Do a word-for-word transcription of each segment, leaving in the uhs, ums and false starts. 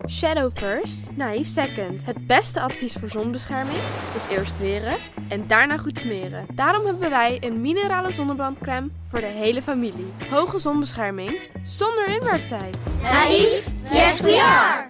Shadow first, naïef second. Het beste advies voor zonbescherming is eerst weren en daarna goed smeren. Daarom hebben wij een minerale zonnebrandcrème voor de hele familie. Hoge zonbescherming zonder inwerktijd. Naïef? Yes we are!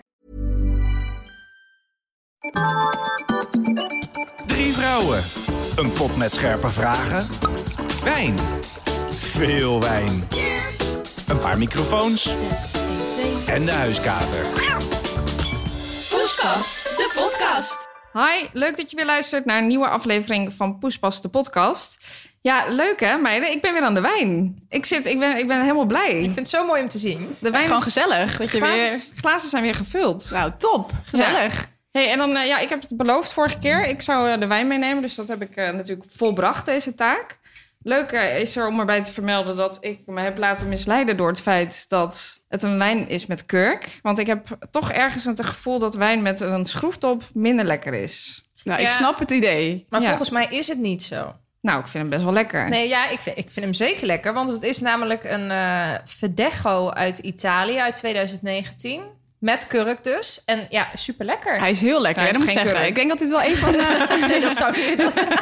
Drie vrouwen. Een pot met scherpe vragen. Wijn. Veel wijn. Een paar microfoons. En de huiskater. Poespas, de podcast. Hi, leuk dat je weer luistert naar een nieuwe aflevering van Poespas, de podcast. Ja, leuk hè meiden? Ik ben weer aan de wijn. Ik, zit, ik, ben, ik ben helemaal blij. Ik vind het zo mooi om te zien. De wijn Gewoon is, gezellig. Dat je glazen, weer... glazen zijn weer gevuld. Nou, top. Gezellig. Ja. Hey, en dan, uh, ja, ik heb het beloofd vorige keer. Ik zou uh, de wijn meenemen, dus dat heb ik uh, natuurlijk volbracht, deze taak. Leuk uh, is er om erbij te vermelden dat ik me heb laten misleiden door het feit dat het een wijn is met kurk. Want ik heb toch ergens het gevoel dat wijn met een schroeftop minder lekker is. Nou, Ja. ik snap het idee. Maar Ja. volgens mij is het niet zo. Nou, ik vind hem best wel lekker. Nee, ja, ik vind, ik vind hem zeker lekker. Want het is namelijk een uh, Verdecho uit Italië uit twintig negentien. Met kurk dus. En ja, super lekker. Hij is heel lekker, Hij dat moet heeft ik geen zeggen. kurk. Ik denk dat dit wel een van de... Nee, dat zou niet.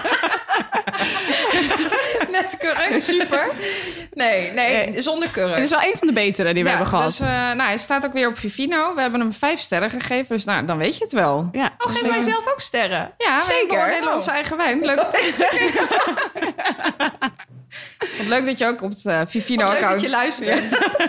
Met kurk, super. Nee, nee, Nee. zonder kurk. Het is wel een van de betere die we Ja, hebben gehad. Dus, uh, nou, hij staat ook weer op Vivino. We hebben hem vijf sterren gegeven, dus nou, dan weet je het wel. ja. Oh, geven wij zelf ook sterren? Ja, Zeker. we beoordelen Oh. onze eigen wijn. Leuk. Wat leuk dat je ook op het uh, Leuk Vivino-account... dat je luistert.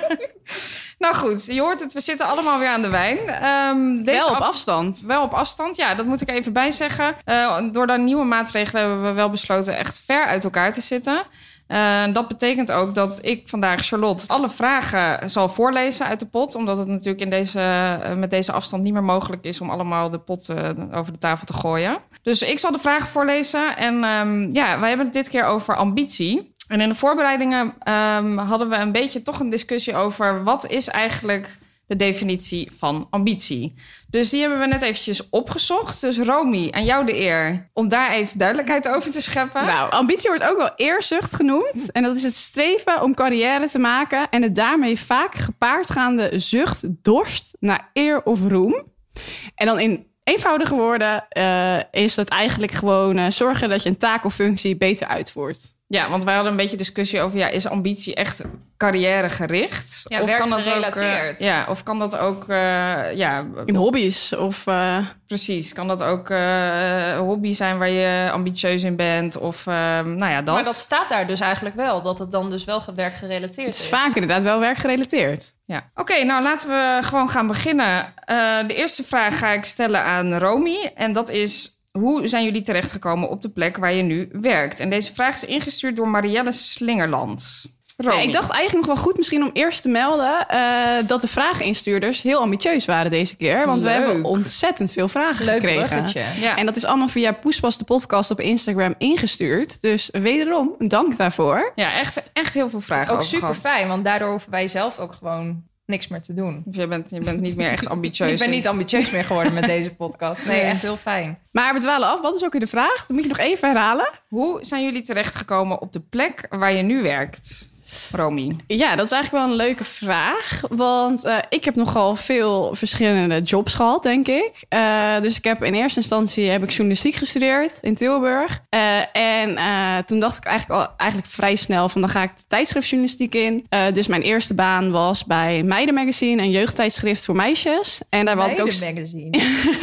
Nou goed, je hoort het, we zitten allemaal weer aan de wijn. Um, deze Wel op af- afstand. Wel op afstand, ja, dat moet ik even bijzeggen. Uh, door de nieuwe maatregelen hebben we wel besloten echt ver uit elkaar te zitten. Uh, dat betekent ook dat ik vandaag, Charlotte, alle vragen zal voorlezen uit de pot. Omdat het natuurlijk in deze, uh, met deze afstand niet meer mogelijk is om allemaal de pot uh, over de tafel te gooien. Dus ik zal de vragen voorlezen. En um, ja, wij hebben het dit keer over ambitie. En in de voorbereidingen um, hadden we een beetje toch een discussie over wat is eigenlijk de definitie van ambitie. Dus die hebben we net eventjes opgezocht. Dus Romy, aan jou de eer om daar even duidelijkheid over te scheppen. Nou, ambitie wordt ook wel eerzucht genoemd. En dat is het streven om carrière te maken. En het daarmee vaak gepaardgaande zucht, dorst naar eer of roem. En dan in eenvoudige woorden uh, is dat eigenlijk gewoon uh, zorgen dat je een taak of functie beter uitvoert. Ja, want wij hadden een beetje discussie over... ja, is ambitie echt carrièregericht? Ja, of kan dat ook, werkgerelateerd. uh, ja, of kan dat ook... Uh, ja, In hobby's of... Uh, precies, kan dat ook uh, hobby zijn waar je ambitieus in bent? Of, uh, nou ja, dat. Maar dat staat daar dus eigenlijk wel. Dat het dan dus wel werkgerelateerd het is. is vaak inderdaad wel werkgerelateerd. Ja. Oké, okay, nou laten we gewoon gaan beginnen. Uh, de eerste vraag ga ik stellen aan Romy. En dat is... hoe zijn jullie terechtgekomen op de plek waar je nu werkt? En deze vraag is ingestuurd door Marielle Slingerland. Romy. Ja, ik dacht eigenlijk nog wel goed misschien om eerst te melden... Uh, dat de vrageninstuurders heel ambitieus waren deze keer. Want Leuk. we hebben ontzettend veel vragen Leuk gekregen. bruggetje. Ja. En dat is allemaal via Poespas de podcast op Instagram ingestuurd. Dus wederom, dank daarvoor. Ja, echt, echt heel veel vragen Ook over super gehad. fijn, want daardoor hoeven wij zelf ook gewoon niks meer te doen. Dus je bent, je bent niet meer echt ambitieus. Ik ben niet in- ambitieus meer geworden met deze podcast. Nee, echt heel fijn. Maar we dwalen af. Wat is ook weer de vraag? Dat moet je nog even herhalen. Hoe zijn jullie terechtgekomen op de plek waar je nu werkt, Romy? Ja, dat is eigenlijk wel een leuke vraag. Want uh, ik heb nogal veel verschillende jobs gehad, denk ik. Uh, dus ik heb in eerste instantie heb ik journalistiek gestudeerd in Tilburg. Uh, en uh, toen dacht ik eigenlijk, al, eigenlijk vrij snel van... dan ga ik de tijdschriftjournalistiek in. Uh, dus mijn eerste baan was bij Meiden Magazine, een jeugdtijdschrift voor meisjes. En daar had ik, ook, magazine.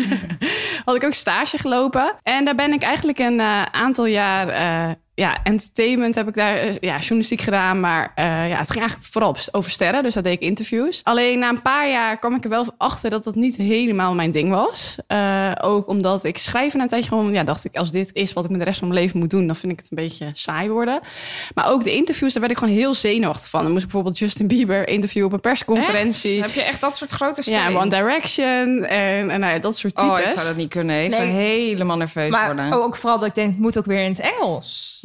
had ik ook stage gelopen. En daar ben ik eigenlijk een uh, aantal jaar... Uh, ja, entertainment heb ik daar, uh, ja, journalistiek gedaan. Maar uh, ja, het ging eigenlijk vooral over sterren. Dus daar deed ik interviews. Alleen na een paar jaar kwam ik er wel achter dat dat niet helemaal mijn ding was. Uh, ook omdat ik schrijven na een tijdje gewoon... Ja, dacht ik, als dit is wat ik met de rest van mijn leven moet doen... dan vind ik het een beetje saai worden. Maar ook de interviews, daar werd ik gewoon heel zenuwachtig van. Dan moest ik bijvoorbeeld Justin Bieber interviewen op een persconferentie. Echt? Heb je echt dat soort grote sterren? Ja, One Direction en, en nou ja, dat soort types. Oh, ik zou dat niet kunnen. Ik Nee. zou helemaal nerveus Maar worden. ook vooral dat ik denk, het moet ook weer in het Engels. Ja.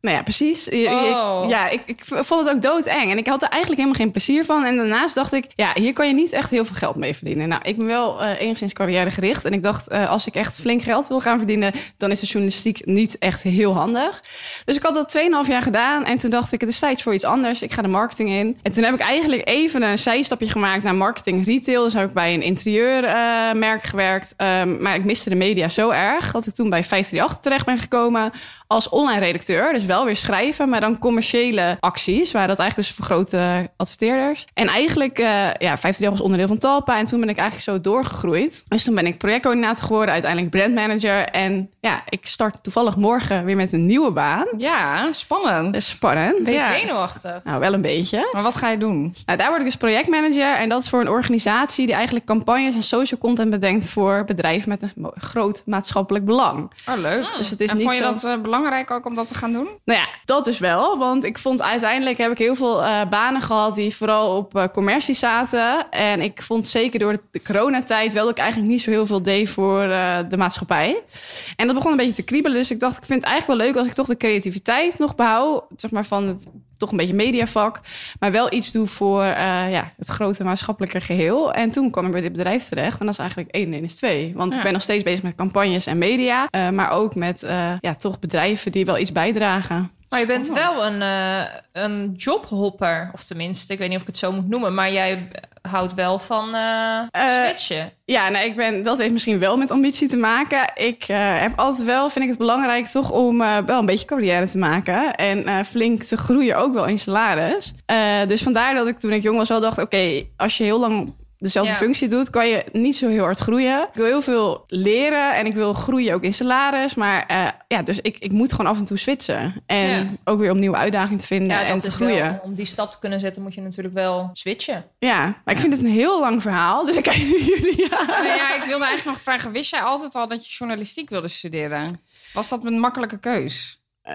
Nou ja, precies. Je- Oh. ik- ja, ik, ik vond het ook doodeng. En ik had er eigenlijk helemaal geen plezier van. En daarnaast dacht ik, ja, hier kan je niet echt heel veel geld mee verdienen. Nou, ik ben wel uh, enigszins carrièregericht. En ik dacht, uh, als ik echt flink geld wil gaan verdienen, dan is de journalistiek niet echt heel handig. Dus ik had dat tweeënhalf jaar gedaan. En toen dacht ik, het is tijd voor iets anders. Ik ga de marketing in. En toen heb ik eigenlijk even een zijstapje gemaakt naar marketing retail. Dus heb ik bij een interieurmerk uh, gewerkt. Um, maar ik miste de media zo erg dat ik toen bij vijf drie acht terecht ben gekomen als online redacteur. Dus wel weer schrijven, maar dan commerciële acties. Waar dat eigenlijk dus voor grote adverteerders. En eigenlijk, uh, ja, vijf drie acht was onderdeel van Talpa. En toen ben ik eigenlijk zo doorgegroeid. Dus toen ben ik projectcoördinator geworden, uiteindelijk brandmanager. En ja, ik start toevallig morgen weer met een nieuwe baan. Ja, spannend. Dat is spannend. Ben je ja. zenuwachtig? Nou, wel een beetje. Maar wat ga je doen? Nou, daar word ik dus projectmanager. En dat is voor een organisatie die eigenlijk campagnes en social content bedenkt voor bedrijven met een mo- groot maatschappelijk belang. Oh, leuk. Dus het is en niet vond je zo... dat uh, belangrijk ook om dat te gaan doen? Nou ja, dat dus wel. Want ik vond uiteindelijk heb ik heel veel uh, banen gehad die vooral op uh, commercie zaten. En ik vond zeker door de, de coronatijd wel dat ik eigenlijk niet zo heel veel deed voor uh, de maatschappij. En dat begon een beetje te kriebelen. Dus ik dacht, ik vind het eigenlijk wel leuk als ik toch de creativiteit nog behoud. Zeg maar van het toch een beetje mediavak. Maar wel iets doe voor uh, ja, het grote maatschappelijke geheel. En toen kwam ik bij dit bedrijf terecht. En dat is eigenlijk één en één is twee. Want ja. ik ben nog steeds bezig met campagnes en media. Uh, maar ook met uh, ja, toch bedrijven die wel iets bijdragen. Maar je bent wel een, uh, een jobhopper. Of tenminste, ik weet niet of ik het zo moet noemen. Maar jij houdt wel van uh, uh, switchen. Ja, nou, ik ben, dat heeft misschien wel met ambitie te maken. Ik uh, heb altijd wel, vind ik het belangrijk toch om uh, wel een beetje carrière te maken. En uh, flink te groeien ook wel in salaris. Uh, dus vandaar dat ik toen ik jong was wel dacht, oké, okay, als je heel lang dezelfde ja. functie doet, kan je niet zo heel hard groeien. Ik wil heel veel leren en ik wil groeien ook in salaris. Maar uh, ja, dus ik, ik moet gewoon af en toe switchen. En ja. ook weer om nieuwe uitdagingen te vinden ja, en te groeien. Wel, om die stap te kunnen zetten moet je natuurlijk wel switchen. Ja, maar ik vind het een heel lang verhaal. Dus ik kijk nu jullie aan. Nou ja, ik wilde eigenlijk nog vragen, wist jij altijd al dat je journalistiek wilde studeren? Was dat een makkelijke keus?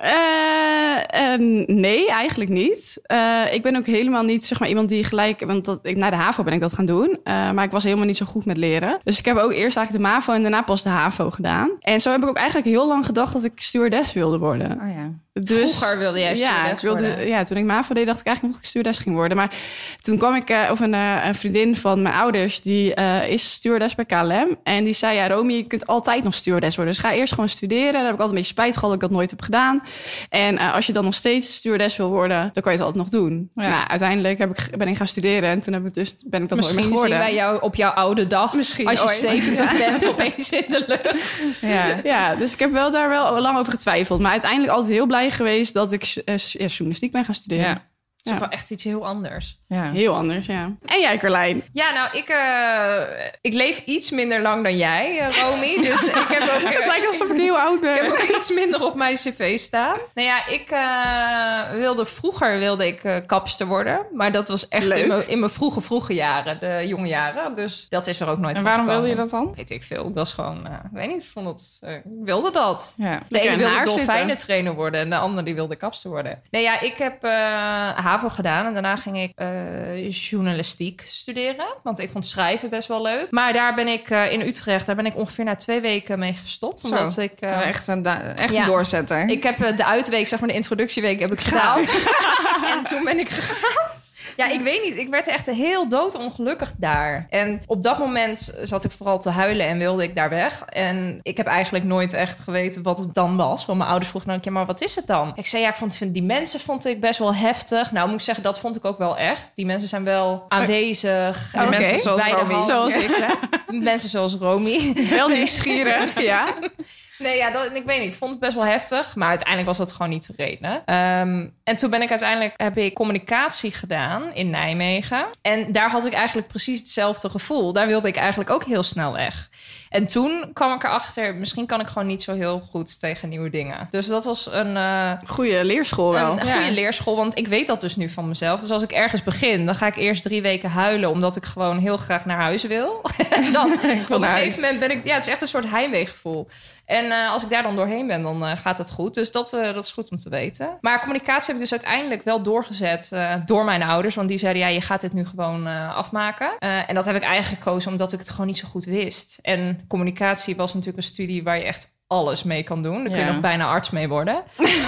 Uh, uh, nee, eigenlijk niet. Uh, ik ben ook helemaal niet zeg maar iemand die gelijk... Want dat, ik, na de HAVO ben ik dat gaan doen. Uh, maar ik was helemaal niet zo goed met leren. Dus ik heb ook eerst eigenlijk de MAVO en daarna pas de HAVO gedaan. En zo heb ik ook eigenlijk heel lang gedacht dat ik stewardess wilde worden. Oh ja. Dus, Vroeger wilde jij stewardess ja, ik wilde, worden. Ja, toen ik MAVO deed, dacht ik eigenlijk nog dat ik stewardess ging worden. Maar toen kwam ik, uh, of een, uh, een vriendin van mijn ouders, die uh, is stewardess bij K L M. En die zei, ja, Romy, je kunt altijd nog stewardess worden. Dus ga eerst gewoon studeren. Daar heb ik altijd een beetje spijt gehad dat ik dat nooit heb gedaan. En uh, als je dan nog steeds stewardess wil worden, dan kan je het altijd nog doen. Ja. Nou, uiteindelijk heb ik, ben ik gaan studeren en toen heb ik dus, ben ik dat Misschien nooit meer geworden. Misschien zien wij jou op jouw oude dag, Misschien als je ooit. zeventig bent, opeens in de lucht. Ja. ja, dus ik heb wel daar wel lang over getwijfeld. Maar uiteindelijk altijd heel blij geweest dat ik uh, journalistiek ben gaan studeren. Ja. Het is ja. wel echt iets heel anders. Ja. Heel anders, ja. En jij, Carlijn? Ja, nou, ik, uh, ik leef iets minder lang dan jij, uh, Romy. Dus ik heb ook... Het lijkt alsof ik heel oud ben. Ik heb ook iets minder op mijn cv staan. Nou ja, ik uh, wilde... Vroeger wilde ik uh, kapster worden. Maar dat was echt in mijn, in mijn vroege, vroege jaren. De jonge jaren. Dus dat is er ook nooit En waarom gekomen. wilde je dat dan? Weet ik veel. Ik was gewoon... Uh, ik weet niet, ik vond het... Uh, ik wilde dat. Ja. De ene wilde dolfijnentrainer worden. En de andere die wilde kapster worden. Nee, ja, ik heb uh, HAVO gedaan. En daarna ging ik... Uh, journalistiek studeren. Want ik vond schrijven best wel leuk. Maar daar ben ik uh, in Utrecht, daar ben ik ongeveer na twee weken mee gestopt. Zo. Omdat ik, uh, echt een, echt ja, een doorzetter. Ik heb uh, de uitweek, zeg maar de introductieweek, heb ik gedaan. En toen ben ik gegaan. Ja, ik weet niet. Ik werd echt heel doodongelukkig daar. En op dat moment zat ik vooral te huilen en wilde ik daar weg. En ik heb eigenlijk nooit echt geweten wat het dan was. Want mijn ouders vroegen dan een keer, maar wat is het dan? Ik zei, ja, ik vond die mensen vond ik best wel heftig. Nou, moet ik zeggen, dat vond ik ook wel echt. Die mensen zijn wel aanwezig. Oh, okay. Mensen zoals Romy. Zoals ik, hè? Mensen zoals Romy. Wel nieuwsgierig, ja. Nee, ja, dat, ik weet niet. Ik vond het best wel heftig. Maar uiteindelijk was dat gewoon niet te redenen. Um, en toen ben ik uiteindelijk... heb ik communicatie gedaan in Nijmegen. En daar had ik eigenlijk precies hetzelfde gevoel. Daar wilde ik eigenlijk ook heel snel weg. En toen kwam ik erachter... misschien kan ik gewoon niet zo heel goed tegen nieuwe dingen. Dus dat was een... Uh, goede leerschool wel. Een ja. goede leerschool, want ik weet dat dus nu van mezelf. Dus als ik ergens begin, dan ga ik eerst drie weken huilen... omdat ik gewoon heel graag naar huis wil. En dan op een gegeven moment ben ik... ja, het is echt een soort heimweegevoel. En uh, als ik daar dan doorheen ben, dan uh, gaat het goed. Dus dat, uh, dat is goed om te weten. Maar communicatie heb ik dus uiteindelijk wel doorgezet uh, door mijn ouders. Want die zeiden, ja, je gaat dit nu gewoon uh, afmaken. Uh, en dat heb ik eigenlijk gekozen omdat ik het gewoon niet zo goed wist. En communicatie was natuurlijk een studie waar je echt alles mee kan doen. Daar kun je Ja. nog bijna arts mee worden.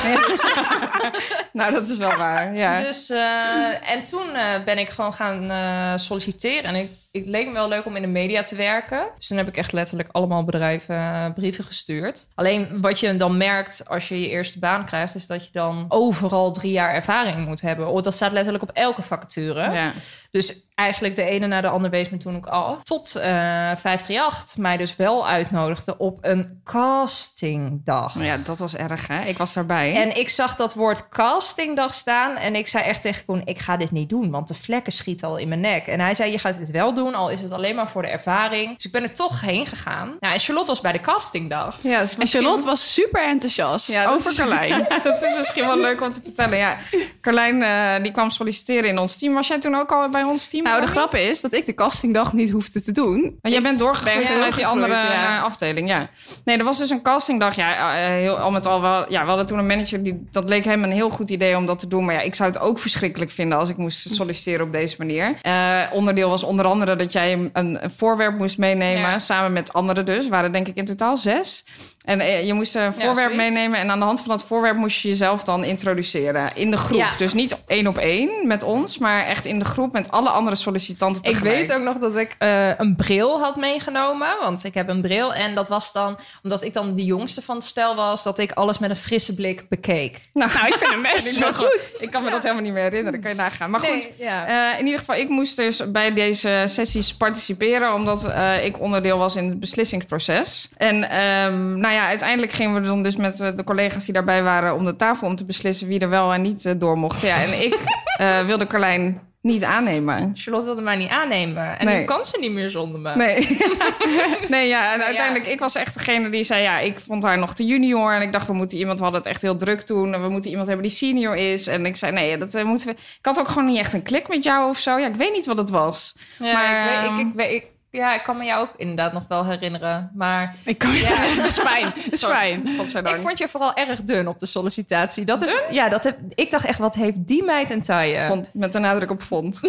Nou, dat is wel waar, ja. Dus, uh, en toen uh, ben ik gewoon gaan uh, solliciteren. En ik, het leek me wel leuk om in de media te werken. Dus toen heb ik echt letterlijk allemaal bedrijven uh, brieven gestuurd. Alleen wat je dan merkt als je je eerste baan krijgt... is dat je dan overal drie jaar ervaring moet hebben. Oh, dat staat letterlijk op elke vacature. Ja. Dus eigenlijk de ene na de ander wees me toen ook af. Tot uh, vijf drie acht mij dus wel uitnodigde op een castingdag. Nou ja, dat was erg, hè? Ik was daarbij. En ik zag dat woord castingdag staan. En ik zei echt tegen Koen, ik ga dit niet doen. Want de vlekken schieten al in mijn nek. En hij zei, je gaat dit wel doen. Al is het alleen maar voor de ervaring. Dus ik ben er toch heen gegaan. Nou, en Charlotte was bij de castingdag. Ja, dus En Charlotte was super enthousiast Ja, dat over is- Carlijn. Ja, dat is misschien wel leuk om te vertellen. Ja, Carlijn uh, die kwam solliciteren in ons team. Was jij toen ook al bij ons team? Nou, de Ronnie? grap is dat ik de castingdag niet hoefde te doen. Want jij bent doorgegroeid ben vanuit die doorgegroeid, andere ja. uh, afdeling, ja. Nee, er was dus een castingdag. Ja, uh, heel, al met al wel... Ja, we hadden toen een manager, die, dat leek hem een heel goed idee om dat te doen. Maar ja, ik zou het ook verschrikkelijk vinden als ik moest solliciteren op deze manier. Uh, onderdeel was onder andere dat jij een, een voorwerp moest meenemen. Ja. Samen met anderen dus. We waren denk ik in totaal zes. En uh, je moest een voorwerp zoiets. meenemen. En aan de hand van dat voorwerp moest je jezelf dan introduceren in de groep. Ja. Dus niet één op één met ons, maar echt in de groep met alle andere sollicitanten Ik tegelijk. weet ook nog dat ik uh, een bril had meegenomen. Want ik heb een bril. En dat was dan, omdat ik dan de jongste van het stel was... dat ik alles met een frisse blik bekeek. Nou, Nou, ik vind hem best wel goed. Ik kan me dat helemaal niet meer herinneren, kan je nagaan. Maar goed, Nee, ja. uh, in ieder geval, ik moest dus bij deze sessies participeren... omdat uh, ik onderdeel was in het beslissingsproces. En um, nou ja, uiteindelijk gingen we dan dus met uh, de collega's die daarbij waren... om de tafel om te beslissen wie er wel en niet uh, door mocht. Ja, en ik uh, wilde Carlijn niet aannemen. Charlotte wilde mij niet aannemen. En Nee. nu kan ze niet meer zonder me. Nee. nee, ja, en uiteindelijk, ik was echt degene die zei... ja, ik vond haar nog te junior. En ik dacht, we moeten iemand... we hadden het echt heel druk toen. En we moeten iemand hebben die senior is. En ik zei, nee, dat uh, moeten we... Ik had ook gewoon niet echt een klik met jou of zo. Ja, ik weet niet wat het was. Ja, Maar, ik, weet, um, ik, ik, weet- ik, ja, ik kan me jou ook inderdaad nog wel herinneren. Maar Ik kan, Ja. dat is fijn. Dat is fijn. Godzijdank. ik vond je vooral erg dun op de sollicitatie. Dat is, ja, dat heb, ik dacht echt, wat heeft die meid een taille? Vond, met de nadruk op vond.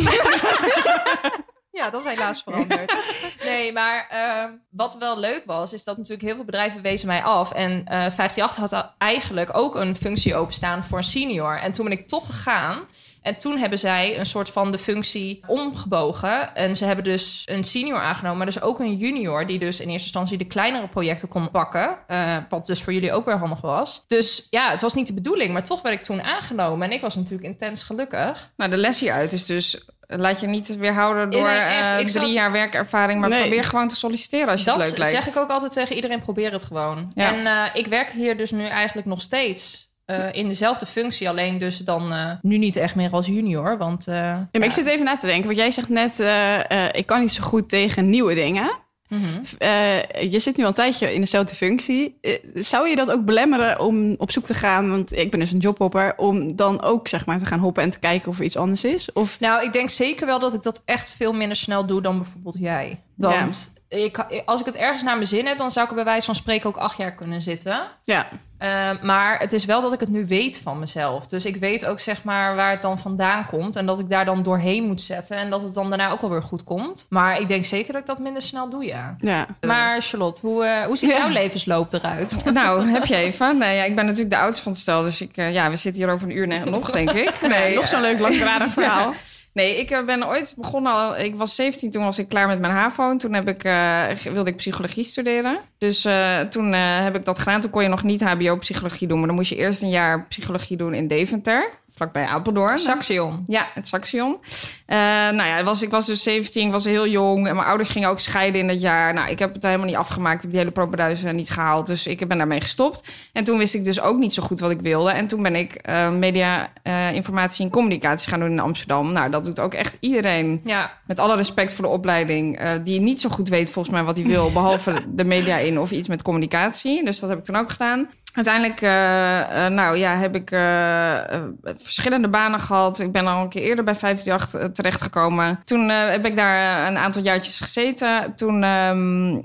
Ja, dat is helaas veranderd. Nee, maar uh, wat wel leuk was, is dat natuurlijk heel veel bedrijven wezen mij af. En uh, vijf drie acht had eigenlijk ook een functie openstaan voor een senior. En toen ben ik toch gegaan. En toen hebben zij een soort van de functie omgebogen. En ze hebben dus een senior aangenomen, maar dus ook een junior... die dus in eerste instantie de kleinere projecten kon pakken. Uh, wat dus voor jullie ook weer handig was. Dus ja, het was niet de bedoeling, maar toch werd ik toen aangenomen. En ik was natuurlijk intens gelukkig. Nou, de les hieruit is dus... laat je niet weerhouden door Nee, echt. uh, Ik drie zat- jaar werkervaring... maar Nee. probeer gewoon te solliciteren als je Dat het leuk lijkt. zeg ik ook altijd tegen iedereen, probeer het gewoon. Ja. En uh, ik werk hier dus nu eigenlijk nog steeds... Uh, in dezelfde functie, alleen dus dan uh, nu niet echt meer als junior. Want uh, Ja, maar ik zit even na te denken. Want jij zegt net, uh, uh, ik kan niet zo goed tegen nieuwe dingen. mm-hmm. Uh, je zit nu al een tijdje in dezelfde functie. Uh, zou je dat ook belemmeren om op zoek te gaan? Want ik ben dus een jobhopper. Om dan ook zeg maar te gaan hoppen en te kijken of er iets anders is? Of... Nou, ik denk zeker wel dat ik dat echt veel minder snel doe dan bijvoorbeeld jij. Want ik, als ik het ergens naar mijn zin heb, dan zou ik er bij wijze van spreken ook acht jaar kunnen zitten. Ja. Uh, maar het is wel dat ik het nu weet van mezelf. Dus ik weet ook zeg maar waar het dan vandaan komt. En dat ik daar dan doorheen moet zetten. En dat het dan daarna ook alweer goed komt. Maar ik denk zeker dat ik dat minder snel doe, ja. ja. Maar Charlotte, hoe, uh, hoe ziet Ja. jouw levensloop eruit? Nou, heb je even. Nee, ja, ik ben natuurlijk de oudste van het stel. Dus ik, uh, ja, we zitten hier over een uur ne- nog, denk ik. Nee, Nog zo'n leuk langdradig verhaal. Nee, ik uh, ben ooit begonnen al... Ik was zeventien, toen was ik klaar met mijn HAVO. Toen heb ik, uh, wilde ik psychologie studeren. Dus uh, toen uh, heb ik dat gedaan. Toen kon je nog niet H B O-psychologie doen. Maar dan moest je eerst een jaar psychologie doen in Deventer. Vlakbij Apeldoorn. Saxion. Ja, het Saxion. Uh, nou ja, was, ik was dus zeventien, ik was heel jong. En mijn ouders gingen ook scheiden in dat jaar. Nou, ik heb het helemaal niet afgemaakt. Ik heb die hele propenduizen niet gehaald. Dus ik ben daarmee gestopt. En toen wist ik dus ook niet zo goed wat ik wilde. En toen ben ik uh, media, uh, informatie en communicatie gaan doen in Amsterdam. Nou, dat doet ook echt iedereen. Ja. Met alle respect voor de opleiding. Uh, die niet zo goed weet volgens mij wat hij wil. Behalve de media in of iets met communicatie. Dus dat heb ik toen ook gedaan. Uiteindelijk uh, uh, nou, ja, heb ik uh, uh, verschillende banen gehad. Ik ben al een keer eerder bij vijf drie acht uh, terechtgekomen. Toen uh, heb ik daar uh, een aantal jaartjes gezeten. Toen, um,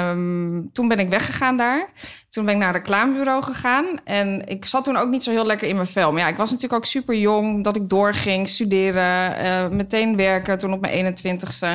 um, toen ben ik weggegaan daar. Toen ben ik naar een reclamebureau gegaan. En ik zat toen ook niet zo heel lekker in mijn vel. Maar ja, ik was natuurlijk ook super jong dat ik doorging, studeren, uh, meteen werken. Toen op mijn eenentwintigste.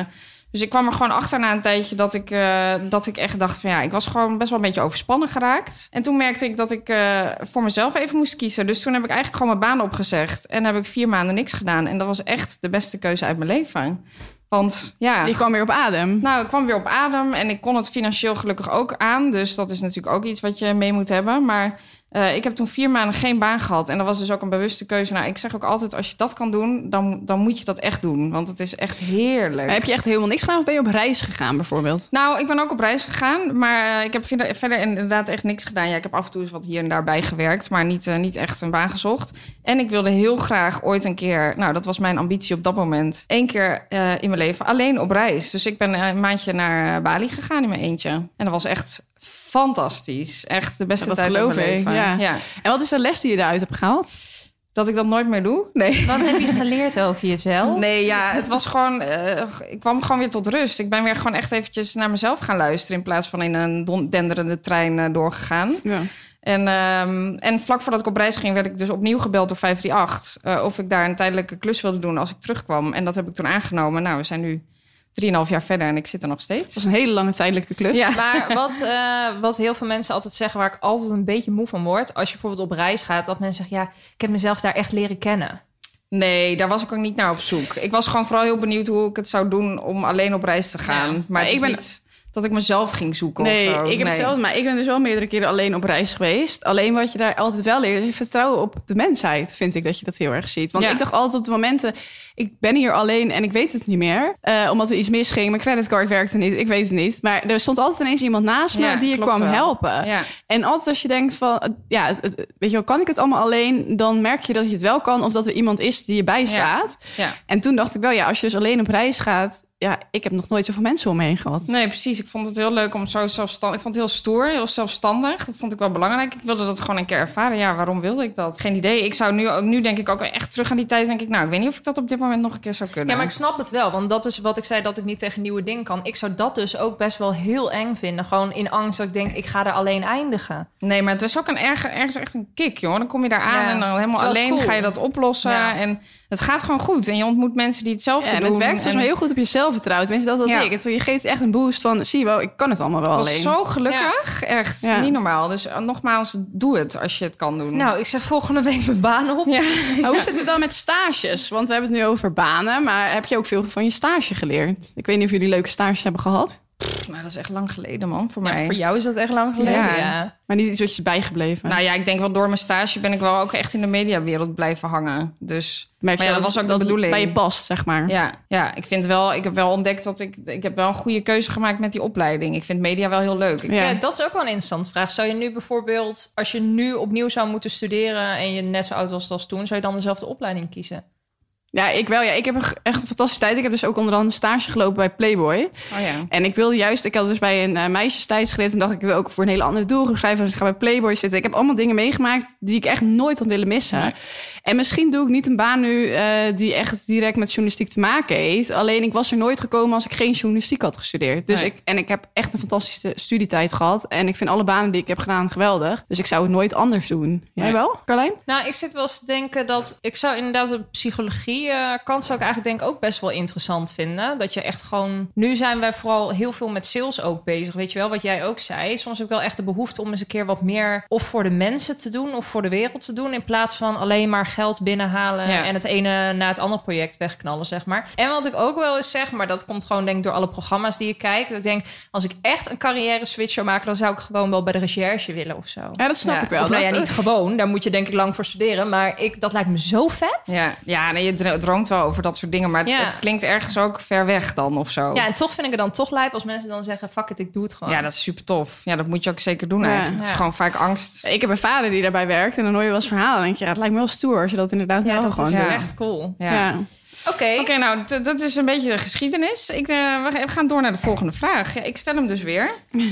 Dus ik kwam er gewoon achter na een tijdje dat ik, uh, dat ik echt dacht van ja, ik was gewoon best wel een beetje overspannen geraakt. En toen merkte ik dat ik uh, voor mezelf even moest kiezen. Dus toen heb ik eigenlijk gewoon mijn baan opgezegd. En heb ik vier maanden niks gedaan. En dat was echt de beste keuze uit mijn leven. Want ja... Je kwam weer op adem. Nou, ik kwam weer op adem en ik kon het financieel gelukkig ook aan. Dus dat is natuurlijk ook iets wat je mee moet hebben. Maar uh, ik heb toen vier maanden geen baan gehad. En dat was dus ook een bewuste keuze. Nou, ik zeg ook altijd, als je dat kan doen, dan, dan moet je dat echt doen. Want het is echt heerlijk. Maar heb je echt helemaal niks gedaan of ben je op reis gegaan bijvoorbeeld? Nou, ik ben ook op reis gegaan. Maar uh, ik heb verder, verder inderdaad echt niks gedaan. Ja, ik heb af en toe eens wat hier en daar bij gewerkt. Maar niet, uh, niet echt een baan gezocht. En ik wilde heel graag ooit een keer... Nou, dat was mijn ambitie op dat moment. Eén keer uh, in mijn leven alleen op reis. Dus ik ben een maandje naar Bali gegaan in mijn eentje. En dat was echt fantastisch. Echt de beste ja, tijd van mijn leven. Ja. Ja. En wat is de les die je daaruit hebt gehaald? Dat ik dat nooit meer doe? Nee. Wat heb je geleerd over jezelf? Nee, ja, het was gewoon... Uh, ik kwam gewoon weer tot rust. Ik ben weer gewoon echt eventjes naar mezelf gaan luisteren... in plaats van in een denderende trein uh, doorgegaan. Ja. En, um, en vlak voordat ik op reis ging... werd ik dus opnieuw gebeld door vijf drie acht... Uh, of ik daar een tijdelijke klus wilde doen als ik terugkwam. En dat heb ik toen aangenomen. Nou, we zijn nu drieënhalf jaar verder en ik zit er nog steeds. Dat is een hele lange tijdelijke klus. Ja. Maar wat, uh, wat heel veel mensen altijd zeggen... waar ik altijd een beetje moe van word... als je bijvoorbeeld op reis gaat... dat mensen zeggen, ja, ik heb mezelf daar echt leren kennen. Nee, daar was ik ook niet naar op zoek. Ik was gewoon vooral heel benieuwd hoe ik het zou doen... om alleen op reis te gaan. Ja, maar het ik is ben... niet... dat ik mezelf ging zoeken nee, of zo. Ik heb nee, hetzelfde, maar ik ben dus wel meerdere keren alleen op reis geweest. Alleen wat je daar altijd wel leert, is je vertrouwen op de mensheid, vind ik dat je dat heel erg ziet. Want ja. ik dacht altijd op de momenten, ik ben hier alleen en ik weet het niet meer. Uh, omdat er iets misging, mijn creditcard werkte niet, ik weet het niet. Maar er stond altijd ineens iemand naast me ja, die je kwam wel. helpen. Ja. En altijd als je denkt van, ja, het, het, weet je wel, kan ik het allemaal alleen? Dan merk je dat je het wel kan of dat er iemand is die je bijstaat. Ja. Ja. En toen dacht ik wel, ja, als je dus alleen op reis gaat... Ja, ik heb nog nooit zoveel mensen om me heen gehad. Nee, precies. Ik vond het heel leuk om zo zelfstandig... Ik vond het heel stoer, heel zelfstandig. Dat vond ik wel belangrijk. Ik wilde dat gewoon een keer ervaren. Ja, waarom wilde ik dat? Geen idee. Ik zou nu ook... Nu denk ik ook echt terug aan die tijd. Denk ik, nou, ik weet niet of ik dat op dit moment nog een keer zou kunnen. Ja, maar ik snap het wel. Want dat is wat ik zei, dat ik niet tegen nieuwe dingen kan. Ik zou dat dus ook best wel heel eng vinden. Gewoon in angst dat ik denk, ik ga er alleen eindigen. Nee, maar het is ook een erg, ergens echt een kick, joh. Dan kom je daar aan ja, en dan helemaal alleen cool. ga je dat oplossen. Ja. En het gaat gewoon goed. En je ontmoet mensen die hetzelfde ja, en doen. Het werkt volgens mij heel goed op je zelfvertrouwen. Tenminste, dat Ja. Ik. Het, je geeft echt een boost van, zie je wel, ik kan het allemaal wel alleen. Ik was zo gelukkig. Ja. Echt, ja. niet normaal. Dus uh, nogmaals, doe het als je het kan doen. Nou, ik zeg volgende week mijn baan op. Ja. Maar hoe zit het dan met stages? Want we hebben het nu over banen, maar heb je ook veel van je stage geleerd? Ik weet niet of jullie leuke stages hebben gehad. Pff, nou, dat is echt lang geleden, man, voor ja, mij. Voor jou is dat echt lang geleden, ja. ja. Maar niet iets wat je is bijgebleven. Nou ja, ik denk wel door mijn stage ben ik wel ook echt in de mediawereld blijven hangen. Dus, Merk maar ja, dat was ook dat de bedoeling. Bij je past, zeg maar. Ja, ja, ik vind wel, ik heb wel ontdekt dat ik, ik heb wel een goede keuze gemaakt met die opleiding. Ik vind media wel heel leuk. Ik, ja. ja, dat is ook wel een interessante vraag. Zou je nu bijvoorbeeld, als je nu opnieuw zou moeten studeren en je net zo oud was als toen, zou je dan dezelfde opleiding kiezen? Ja, ik wel. Ja, ik heb echt een fantastische tijd. Ik heb dus ook onder andere stage gelopen bij Playboy. Oh ja. En ik wilde juist... Ik had dus bij een uh, meisjestijdschrift... en dacht ik, ik wil ook voor een hele andere doelgroep schrijven. Dus ik ga bij Playboy zitten. Ik heb allemaal dingen meegemaakt die ik echt nooit had willen missen. Nee. En misschien doe ik niet een baan nu uh, die echt direct met journalistiek te maken heeft. Alleen ik was er nooit gekomen als ik geen journalistiek had gestudeerd. Dus nee. ik, en ik heb echt een fantastische studietijd gehad. En ik vind alle banen die ik heb gedaan geweldig. Dus ik zou het nooit anders doen. Jij nee. wel, Carlijn? Nou, ik zit wel eens te denken dat... Ik zou inderdaad de psychologie uh, kant zou ik eigenlijk denk ook best wel interessant vinden. Dat je echt gewoon... Nu zijn wij vooral heel veel met sales ook bezig. Weet je wel, wat jij ook zei. Soms heb ik wel echt de behoefte om eens een keer wat meer... of voor de mensen te doen of voor de wereld te doen. In plaats van alleen maar geld binnenhalen... Ja. en het ene na het andere project wegknallen, zeg maar. En wat ik ook wel eens zeg, maar dat komt gewoon denk ik door alle programma's die je kijkt. Dat ik denk, als ik echt een carrière switch zou maken... dan zou ik gewoon wel bij de recherche willen of zo. Ja, dat snap ja. ik wel. Of nou ja, niet gewoon. Daar moet je denk ik lang voor studeren. Maar ik, dat lijkt me zo vet. Ja, ja nee, je droomt wel over dat soort dingen. Maar ja. het, het klinkt ergens ook ver weg dan of zo. Ja, en toch vind ik het dan toch lijp als mensen dan zeggen... fuck it, ik doe het gewoon. Ja, dat is super tof. Ja, dat moet je ook zeker doen ja. eigenlijk. Het is ja. gewoon vaak angst. Ik heb een vader die daarbij werkt en dan hoor je wel eens verhalen. En denk je, ja, het lijkt me wel stoer als je dat inderdaad ja, wel dat gewoon doet. doet. Ja, echt cool. Ja. ja. Oké, okay. okay, nou, t- dat is een beetje de geschiedenis. Ik, uh, we gaan door naar de volgende vraag. Ja, ik stel hem dus weer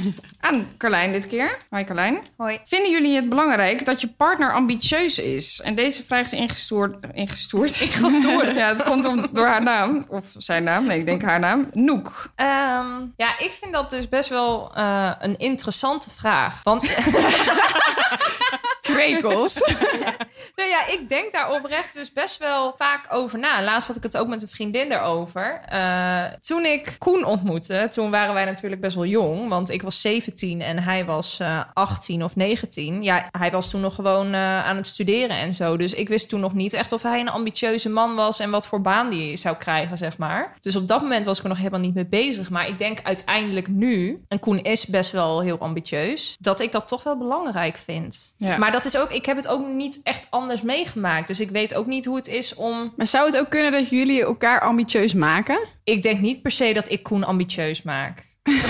aan Carlijn dit keer. Hoi Carlijn. Hoi. Vinden jullie het belangrijk dat je partner ambitieus is? En deze vraag is ingestoord. Ingestoord? Ingestoord. Ja, het komt om, door haar naam. Of zijn naam. Nee, ik denk haar naam. Noek. Um, ja, ik vind dat dus best wel uh, een interessante vraag. Want... krekels. Nou ja, ik denk daar oprecht dus best wel vaak over na. Laatst had ik het ook met een vriendin erover. Uh, toen ik Koen ontmoette, toen waren wij natuurlijk best wel jong. Want ik was zeventien en hij was uh, achttien of negentien. Ja, hij was toen nog gewoon uh, aan het studeren en zo. Dus ik wist toen nog niet echt of hij een ambitieuze man was en wat voor baan die zou krijgen, zeg maar. Dus op dat moment was ik er nog helemaal niet mee bezig. Maar ik denk uiteindelijk nu, en Koen is best wel heel ambitieus, dat ik dat toch wel belangrijk vind. Ja. Maar dat is ook, ik heb het ook niet echt anders meegemaakt. Dus ik weet ook niet hoe het is om... Maar zou het ook kunnen dat jullie elkaar ambitieus maken? Ik denk niet per se dat ik Koen ambitieus maak.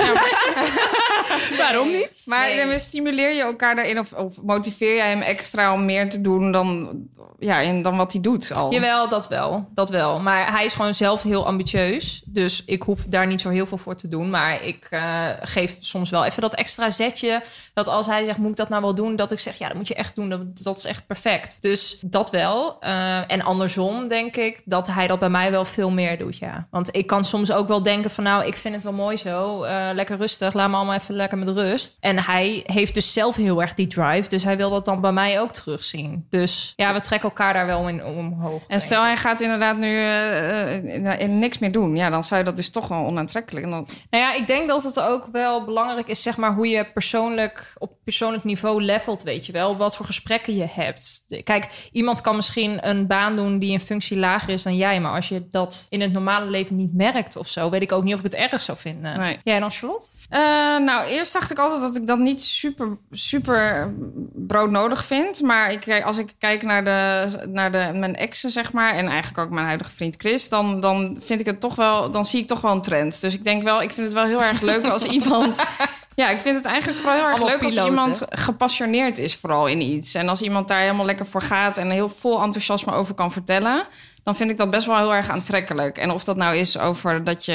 Waarom niet? Maar nee. Stimuleer je elkaar daarin of, of motiveer jij hem extra om meer te doen dan, ja, in, dan wat hij doet al? Jawel, dat wel, dat wel. Maar hij is gewoon zelf heel ambitieus. Dus ik hoef daar niet zo heel veel voor te doen. Maar ik uh, geef soms wel even dat extra zetje. Dat als hij zegt, moet ik dat nou wel doen? Dat ik zeg, ja, dat moet je echt doen. Dat, dat is echt perfect. Dus dat wel. Uh, en andersom denk ik dat hij dat bij mij wel veel meer doet, ja. Want ik kan soms ook wel denken van, nou, ik vind het wel mooi zo. Uh, lekker rustig, laat me allemaal even lekker met rust. En hij heeft dus zelf heel erg die drive. Dus hij wil dat dan bij mij ook terugzien. Dus ja, we trekken elkaar daar wel in omhoog. En stel, hij gaat inderdaad nu uh, uh, niks meer doen. Ja, dan zou je dat dus toch wel onaantrekkelijk. En dan... Nou ja, ik denk dat het ook wel belangrijk is, zeg maar, hoe je persoonlijk op persoonlijk niveau levelt, weet je wel. Wat voor gesprekken je hebt. Kijk, iemand kan misschien een baan doen die een functie lager is dan jij. Maar als je dat in het normale leven niet merkt of zo, weet ik ook niet of ik het erg zou vinden. Nee. Jij dan, Charlotte? Uh, nou, eerst dacht ik altijd dat ik dat niet super, super broodnodig vind. Maar ik, als ik kijk naar, de, naar de, mijn exen, zeg maar, en eigenlijk ook mijn huidige vriend Chris, dan, dan vind ik het toch wel, dan zie ik toch wel een trend. Dus ik denk wel, ik vind het wel heel erg leuk als iemand... Ja, ik vind het eigenlijk vooral heel erg Allemaal leuk piloten. Als iemand gepassioneerd is vooral in iets. En als iemand daar helemaal lekker voor gaat en heel vol enthousiasme over kan vertellen, dan vind ik dat best wel heel erg aantrekkelijk. En of dat nou is over dat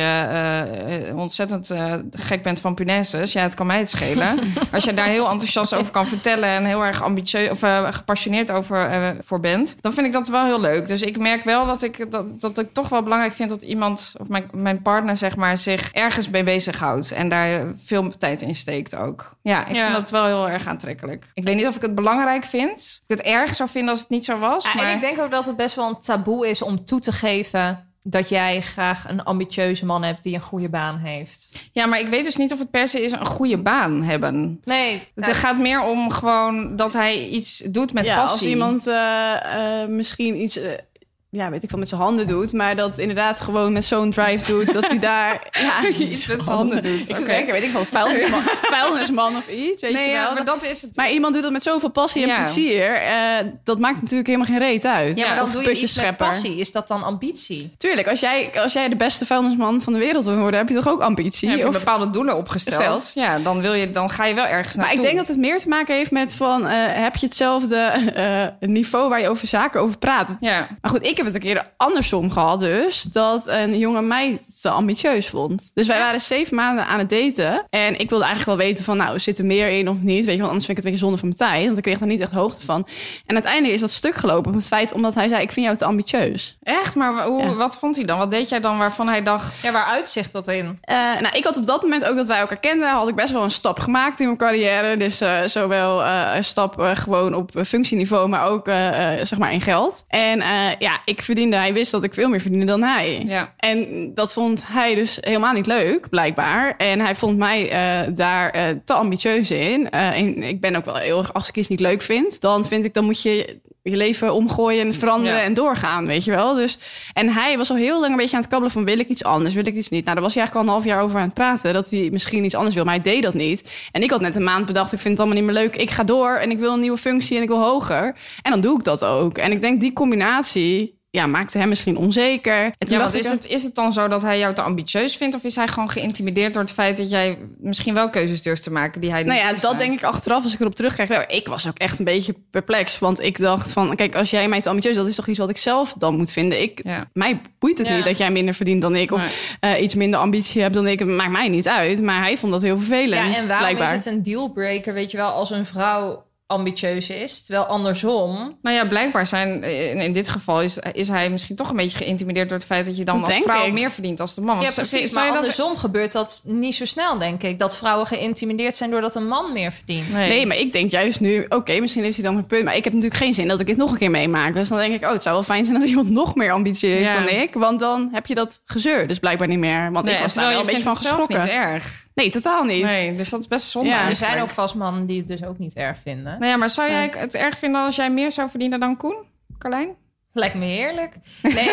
je uh, ontzettend uh, gek bent van punaises, ja, het kan mij het schelen. Als je daar heel enthousiast over kan vertellen en heel erg ambitieus of uh, gepassioneerd over uh, voor bent, dan vind ik dat wel heel leuk. Dus ik merk wel dat ik dat, dat ik toch wel belangrijk vind dat iemand of mijn, mijn partner, zeg maar, zich ergens mee bezighoudt en daar veel tijd in steekt ook. Ja, ik ja. vind dat wel heel erg aantrekkelijk. Ik weet niet of ik het belangrijk vind. Of ik het erg zou vinden als het niet zo was. Ja, maar... En ik denk ook dat het best wel een taboe is om toe te geven dat jij graag een ambitieuze man hebt die een goede baan heeft. Ja, maar ik weet dus niet of het per se is een goede baan hebben. Nee. Het nou, gaat meer om gewoon dat hij iets doet met ja, passie. Als iemand uh, uh, misschien iets... Uh, ja, weet ik wel, met zijn handen doet, maar dat inderdaad gewoon met zo'n drive doet, dat hij daar ja, iets met zijn handen doet. Ik okay. denken, weet ik wel, vuilnisman, vuilnisman of iets, weet nee, je wel. Ja, maar dat is het. Maar iemand doet dat met zoveel passie en ja. plezier, uh, dat maakt natuurlijk helemaal geen reet uit. Ja, maar dan of doe je iets met passie. Is dat dan ambitie? Tuurlijk, als jij, als jij de beste vuilnisman van de wereld wil worden, heb je toch ook ambitie? Ja, heb je of bepaalde doelen opgesteld. Zelfs. Ja, dan wil je, dan ga je wel ergens naartoe. Maar ik denk dat het meer te maken heeft met van, uh, heb je hetzelfde uh, niveau waar je over zaken over praat? Ja. Maar goed, ik heb het een keer anders som gehad dus, dat een jonge meid te ambitieus vond. Dus wij ja. waren zeven maanden aan het daten. En ik wilde eigenlijk wel weten van, nou, zit er meer in of niet? Weet je wel, anders vind ik het een beetje zonde van mijn tijd. Want ik kreeg daar niet echt hoogte van. En uiteindelijk is dat stuk gelopen op het feit, omdat hij zei, ik vind jou te ambitieus. Echt? Maar hoe, ja. wat vond hij dan? Wat deed jij dan waarvan hij dacht... Ja, waar uitzicht dat in? Uh, nou, ik had op dat moment ook dat wij elkaar kenden, had ik best wel een stap gemaakt in mijn carrière. Dus uh, zowel uh, een stap uh, gewoon op functieniveau, maar ook uh, uh, zeg maar in geld. En uh, ja, ik verdiende, hij wist dat ik veel meer verdiende dan hij. Ja. En dat vond hij dus helemaal niet leuk, blijkbaar. En hij vond mij uh, daar uh, te ambitieus in. Uh, en ik ben ook wel heel erg, als ik iets niet leuk vind, dan vind ik, dan moet je je leven omgooien en veranderen ja. en doorgaan, weet je wel. Dus, en hij was al heel lang een beetje aan het kabbelen van, wil ik iets anders, wil ik iets niet? Nou, daar was hij eigenlijk al een half jaar over aan het praten, dat hij misschien iets anders wil, maar hij deed dat niet. En ik had net een maand bedacht, ik vind het allemaal niet meer leuk, ik ga door en ik wil een nieuwe functie en ik wil hoger. En dan doe ik dat ook. En ik denk, die combinatie, ja, maakte hem misschien onzeker. Ja, want is het, is het dan zo dat hij jou te ambitieus vindt, of is hij gewoon geïntimideerd door het feit dat jij misschien wel keuzes durft te maken die hij niet Nou ja, heeft, dat hè? denk ik achteraf als ik erop terugkijk. Ik was ook echt een beetje perplex, want ik dacht van, kijk, als jij mij te ambitieus, dat is toch iets wat ik zelf dan moet vinden. Ik, ja. Mij boeit het ja. niet dat jij minder verdient dan ik, of nee. uh, iets minder ambitie hebt dan ik. Het maakt mij niet uit, maar hij vond dat heel vervelend. Ja, en waarom blijkbaar. is het een dealbreaker, weet je wel, als een vrouw ambitieus is. Terwijl andersom... Nou ja, blijkbaar zijn... In, in dit geval is, is hij misschien toch een beetje geïntimideerd... door het feit dat je dan Dat als denk vrouw ik. meer verdient als de man. Ja, Want precies. zou Maar je dat- andersom gebeurt dat niet zo snel, denk ik. Dat vrouwen geïntimideerd zijn doordat een man meer verdient. Nee. Nee, maar ik denk juist nu... Oké, misschien heeft hij dan een punt. Maar ik heb natuurlijk geen zin dat ik dit nog een keer meemaak. Dus dan denk ik... Oh, het zou wel fijn zijn dat iemand nog meer ambitie heeft Ja. dan ik. Want dan heb je dat gezeur dus blijkbaar niet meer. Want Nee, ik was daar terwijl wel je een beetje vindt van het zelf geschrokken. niet erg. Nee, totaal niet. Nee, dus dat is best zonde. Ja. Er eigenlijk. zijn ook vast mannen die het dus ook niet erg vinden. Nou ja, maar zou jij het erg vinden als jij meer zou verdienen dan Koen, Carlijn? Lijkt me heerlijk. Nee.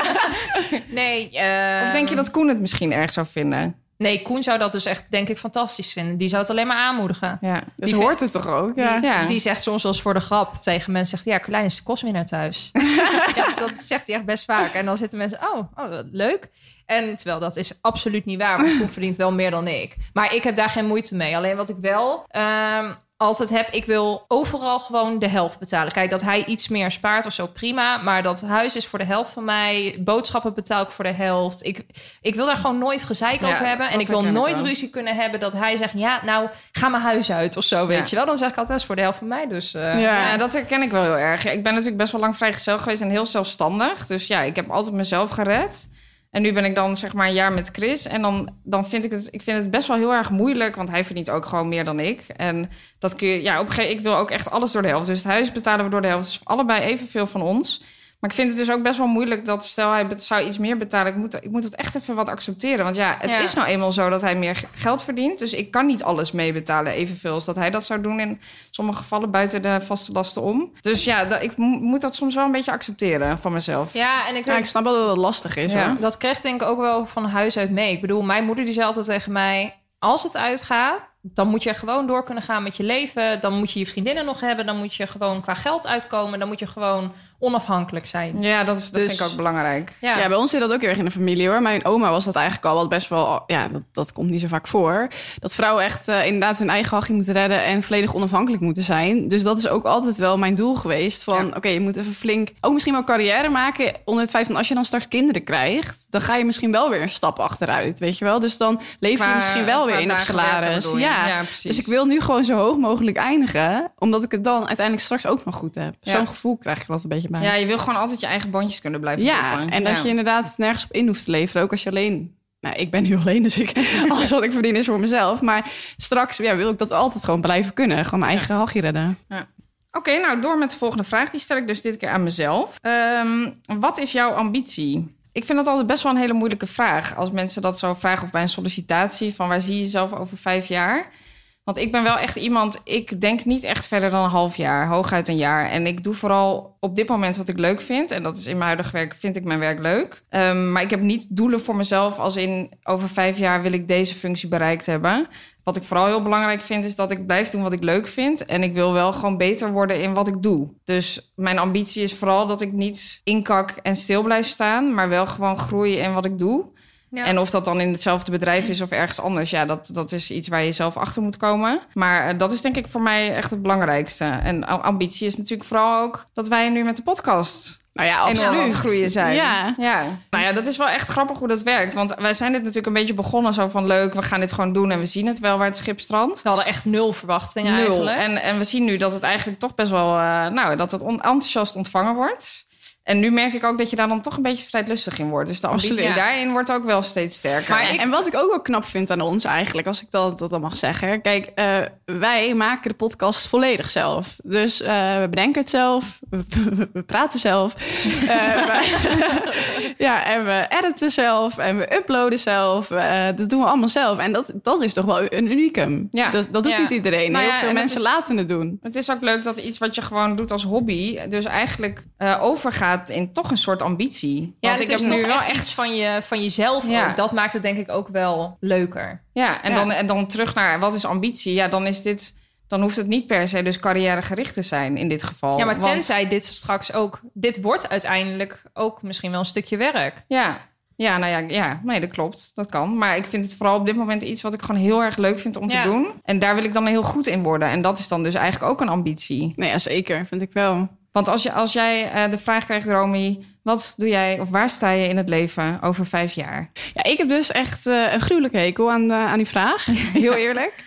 nee uh, Of denk je dat Koen het misschien erg zou vinden? Nee, Koen zou dat dus echt, denk ik, fantastisch vinden. Die zou het alleen maar aanmoedigen. Ja. Dus Die hoort het toch ook? Ja. Die, Ja. die zegt soms wel eens voor de grap tegen mensen... Zegt, ja, Carlijn is de kostwinnaar thuis. Ja, dat zegt hij echt best vaak. En dan zitten mensen, oh, oh wat leuk. En terwijl dat is absoluut niet waar. Want Koen verdient wel meer dan ik. Maar ik heb daar geen moeite mee. Alleen wat ik wel... Um, altijd heb, ik wil overal gewoon de helft betalen. Kijk, dat hij iets meer spaart of zo, prima. Maar dat huis is voor de helft van mij. Boodschappen betaal ik voor de helft. Ik, ik wil daar gewoon nooit gezeik Ja, over hebben. En dat ik wil herken ik nooit wel. ruzie kunnen hebben dat hij zegt... ja, nou, ga mijn huis uit of zo, weet Ja. je wel. Dan zeg ik altijd, dat is voor de helft van mij. Dus uh, Ja. Ja, dat herken ik wel heel erg. Ik ben natuurlijk best wel lang vrijgezel geweest en heel zelfstandig. Dus ja, ik heb altijd mezelf gered. En nu ben ik dan zeg maar een jaar met Chris. En dan, dan vind ik het, ik vind het best wel heel erg moeilijk. Want hij verdient ook gewoon meer dan ik. En dat kun je, ja, op een gegeven moment, ik wil ook echt alles door de helft. Dus het huis betalen we door de helft. Dus allebei evenveel van ons. Maar ik vind het dus ook best wel moeilijk dat stel hij bet- zou iets meer betalen. Ik moet, ik moet het echt even wat accepteren. Want ja, het Ja. is nou eenmaal zo dat hij meer g- geld verdient. Dus ik kan niet alles meebetalen evenveel als dat hij dat zou doen. In sommige gevallen buiten de vaste lasten om. Dus ja, dat, ik mo- moet dat soms wel een beetje accepteren van mezelf. ja, en ik, Ja, ik snap wel dat het lastig is. Ja. Hoor. dat kreeg denk ik ook wel van huis uit mee. Ik bedoel, mijn moeder die zei altijd tegen mij... als het uitgaat, dan moet je gewoon door kunnen gaan met je leven. Dan moet je je vriendinnen nog hebben. Dan moet je gewoon qua geld uitkomen. Dan moet je gewoon onafhankelijk zijn. Ja, dat, is, dat Dus- vind ik ook belangrijk. Ja, Ja, bij ons zit dat ook heel erg in de familie hoor. Mijn oma was dat eigenlijk al wat best wel... Ja, dat, dat komt niet zo vaak voor. Dat vrouwen echt uh, inderdaad hun eigen hachje moeten redden... en volledig onafhankelijk moeten zijn. Dus dat is ook altijd wel mijn doel geweest. Van Ja. oké, je moet even flink... ook misschien wel carrière maken onder het feit van... als je dan straks kinderen krijgt... dan ga je misschien wel weer een stap achteruit, weet je wel. Dus dan lever je Qua- misschien wel weer qua in op dagen werken salaris. bedoel je? Ja. Ja, precies. Dus ik wil nu gewoon zo hoog mogelijk eindigen... omdat ik het dan uiteindelijk straks ook nog goed heb. Ja. Zo'n gevoel krijg je er altijd een beetje bij. Ja, je wil gewoon altijd je eigen bandjes kunnen blijven Ja, kloppen. en dat Ja. je inderdaad nergens op in hoeft te leveren. Ook als je alleen... Nou, ik ben nu alleen, dus ik, alles wat ik verdien is voor mezelf. Maar straks ja, wil ik dat altijd gewoon blijven kunnen. Gewoon mijn eigen hachje redden. Oké, okay, nou door met de volgende vraag. Die stel ik dus dit keer aan mezelf. Um, wat is jouw ambitie? Ik vind dat altijd best wel een hele moeilijke vraag. Als mensen dat zo vragen of bij een sollicitatie... van waar zie je jezelf over vijf jaar... Want ik ben wel echt iemand, ik denk niet echt verder dan een half jaar, hooguit een jaar. En ik doe vooral op dit moment wat ik leuk vind. En dat is in mijn huidige werk, vind ik mijn werk leuk. Um, maar ik heb niet doelen voor mezelf als in over vijf jaar wil ik deze functie bereikt hebben. Wat ik vooral heel belangrijk vind, is dat ik blijf doen wat ik leuk vind. En ik wil wel gewoon beter worden in wat ik doe. Dus mijn ambitie is vooral dat ik niet inkak en stil blijf staan, maar wel gewoon groeien in wat ik doe. Ja. En of dat dan in hetzelfde bedrijf is of ergens anders... ja, dat, dat is iets waar je zelf achter moet komen. Maar uh, dat is denk ik voor mij echt het belangrijkste. En ambitie is natuurlijk vooral ook... dat wij nu met de podcast... Nou ja, absoluut. En aan het groeien zijn. Ja. ja. Nou ja, dat is wel echt grappig hoe dat werkt. Want wij zijn dit natuurlijk een beetje begonnen zo van... leuk, we gaan dit gewoon doen en we zien het wel waar het schip strandt. We hadden echt nul verwachtingen nul. eigenlijk. En, en we zien nu dat het eigenlijk toch best wel... Uh, nou, dat het on- enthousiast ontvangen wordt... En nu merk ik ook dat je daar dan toch een beetje strijdlustig in wordt. Dus de ambitie Absoluut. daarin wordt ook wel steeds sterker. Maar ik, en wat ik ook wel knap vind aan ons eigenlijk, als ik dat, dat dan mag zeggen. Kijk, uh, wij maken de podcast volledig zelf. Dus uh, we bedenken het zelf, we, we, we praten zelf. Uh, wij, ja, en we editen zelf en we uploaden zelf. Uh, dat doen we allemaal zelf. En dat, dat is toch wel een unicum. Ja. Dat, dat doet Ja. niet iedereen. Nou Heel ja, veel en mensen het is- laten het doen. Het is ook leuk dat iets wat je gewoon doet als hobby... dus eigenlijk uh, overgaat in toch een soort ambitie. Ja, Want het ik is heb nu toch wel echt echt iets van, je, van jezelf Ja. ook. Dat maakt het denk ik ook wel leuker. Ja, en, Ja. Dan, en dan terug naar wat is ambitie? Ja, dan is dit... dan hoeft het niet per se dus carrièregericht te zijn in dit geval. Ja, maar Want- tenzij dit straks ook... Dit wordt uiteindelijk ook misschien wel een stukje werk. Ja. Ja, nou ja, ja, nee, dat klopt. Dat kan. Maar ik vind het vooral op dit moment iets wat ik gewoon heel erg leuk vind om Ja. te doen. En daar wil ik dan heel goed in worden. En dat is dan dus eigenlijk ook een ambitie. Nee, ja, zeker, vind ik wel. Want als, je, als jij uh, de vraag krijgt, Romy... wat doe jij of waar sta je in het leven over vijf jaar? Ja, ik heb dus echt uh, een gruwelijke hekel aan, uh, aan die vraag. Heel eerlijk.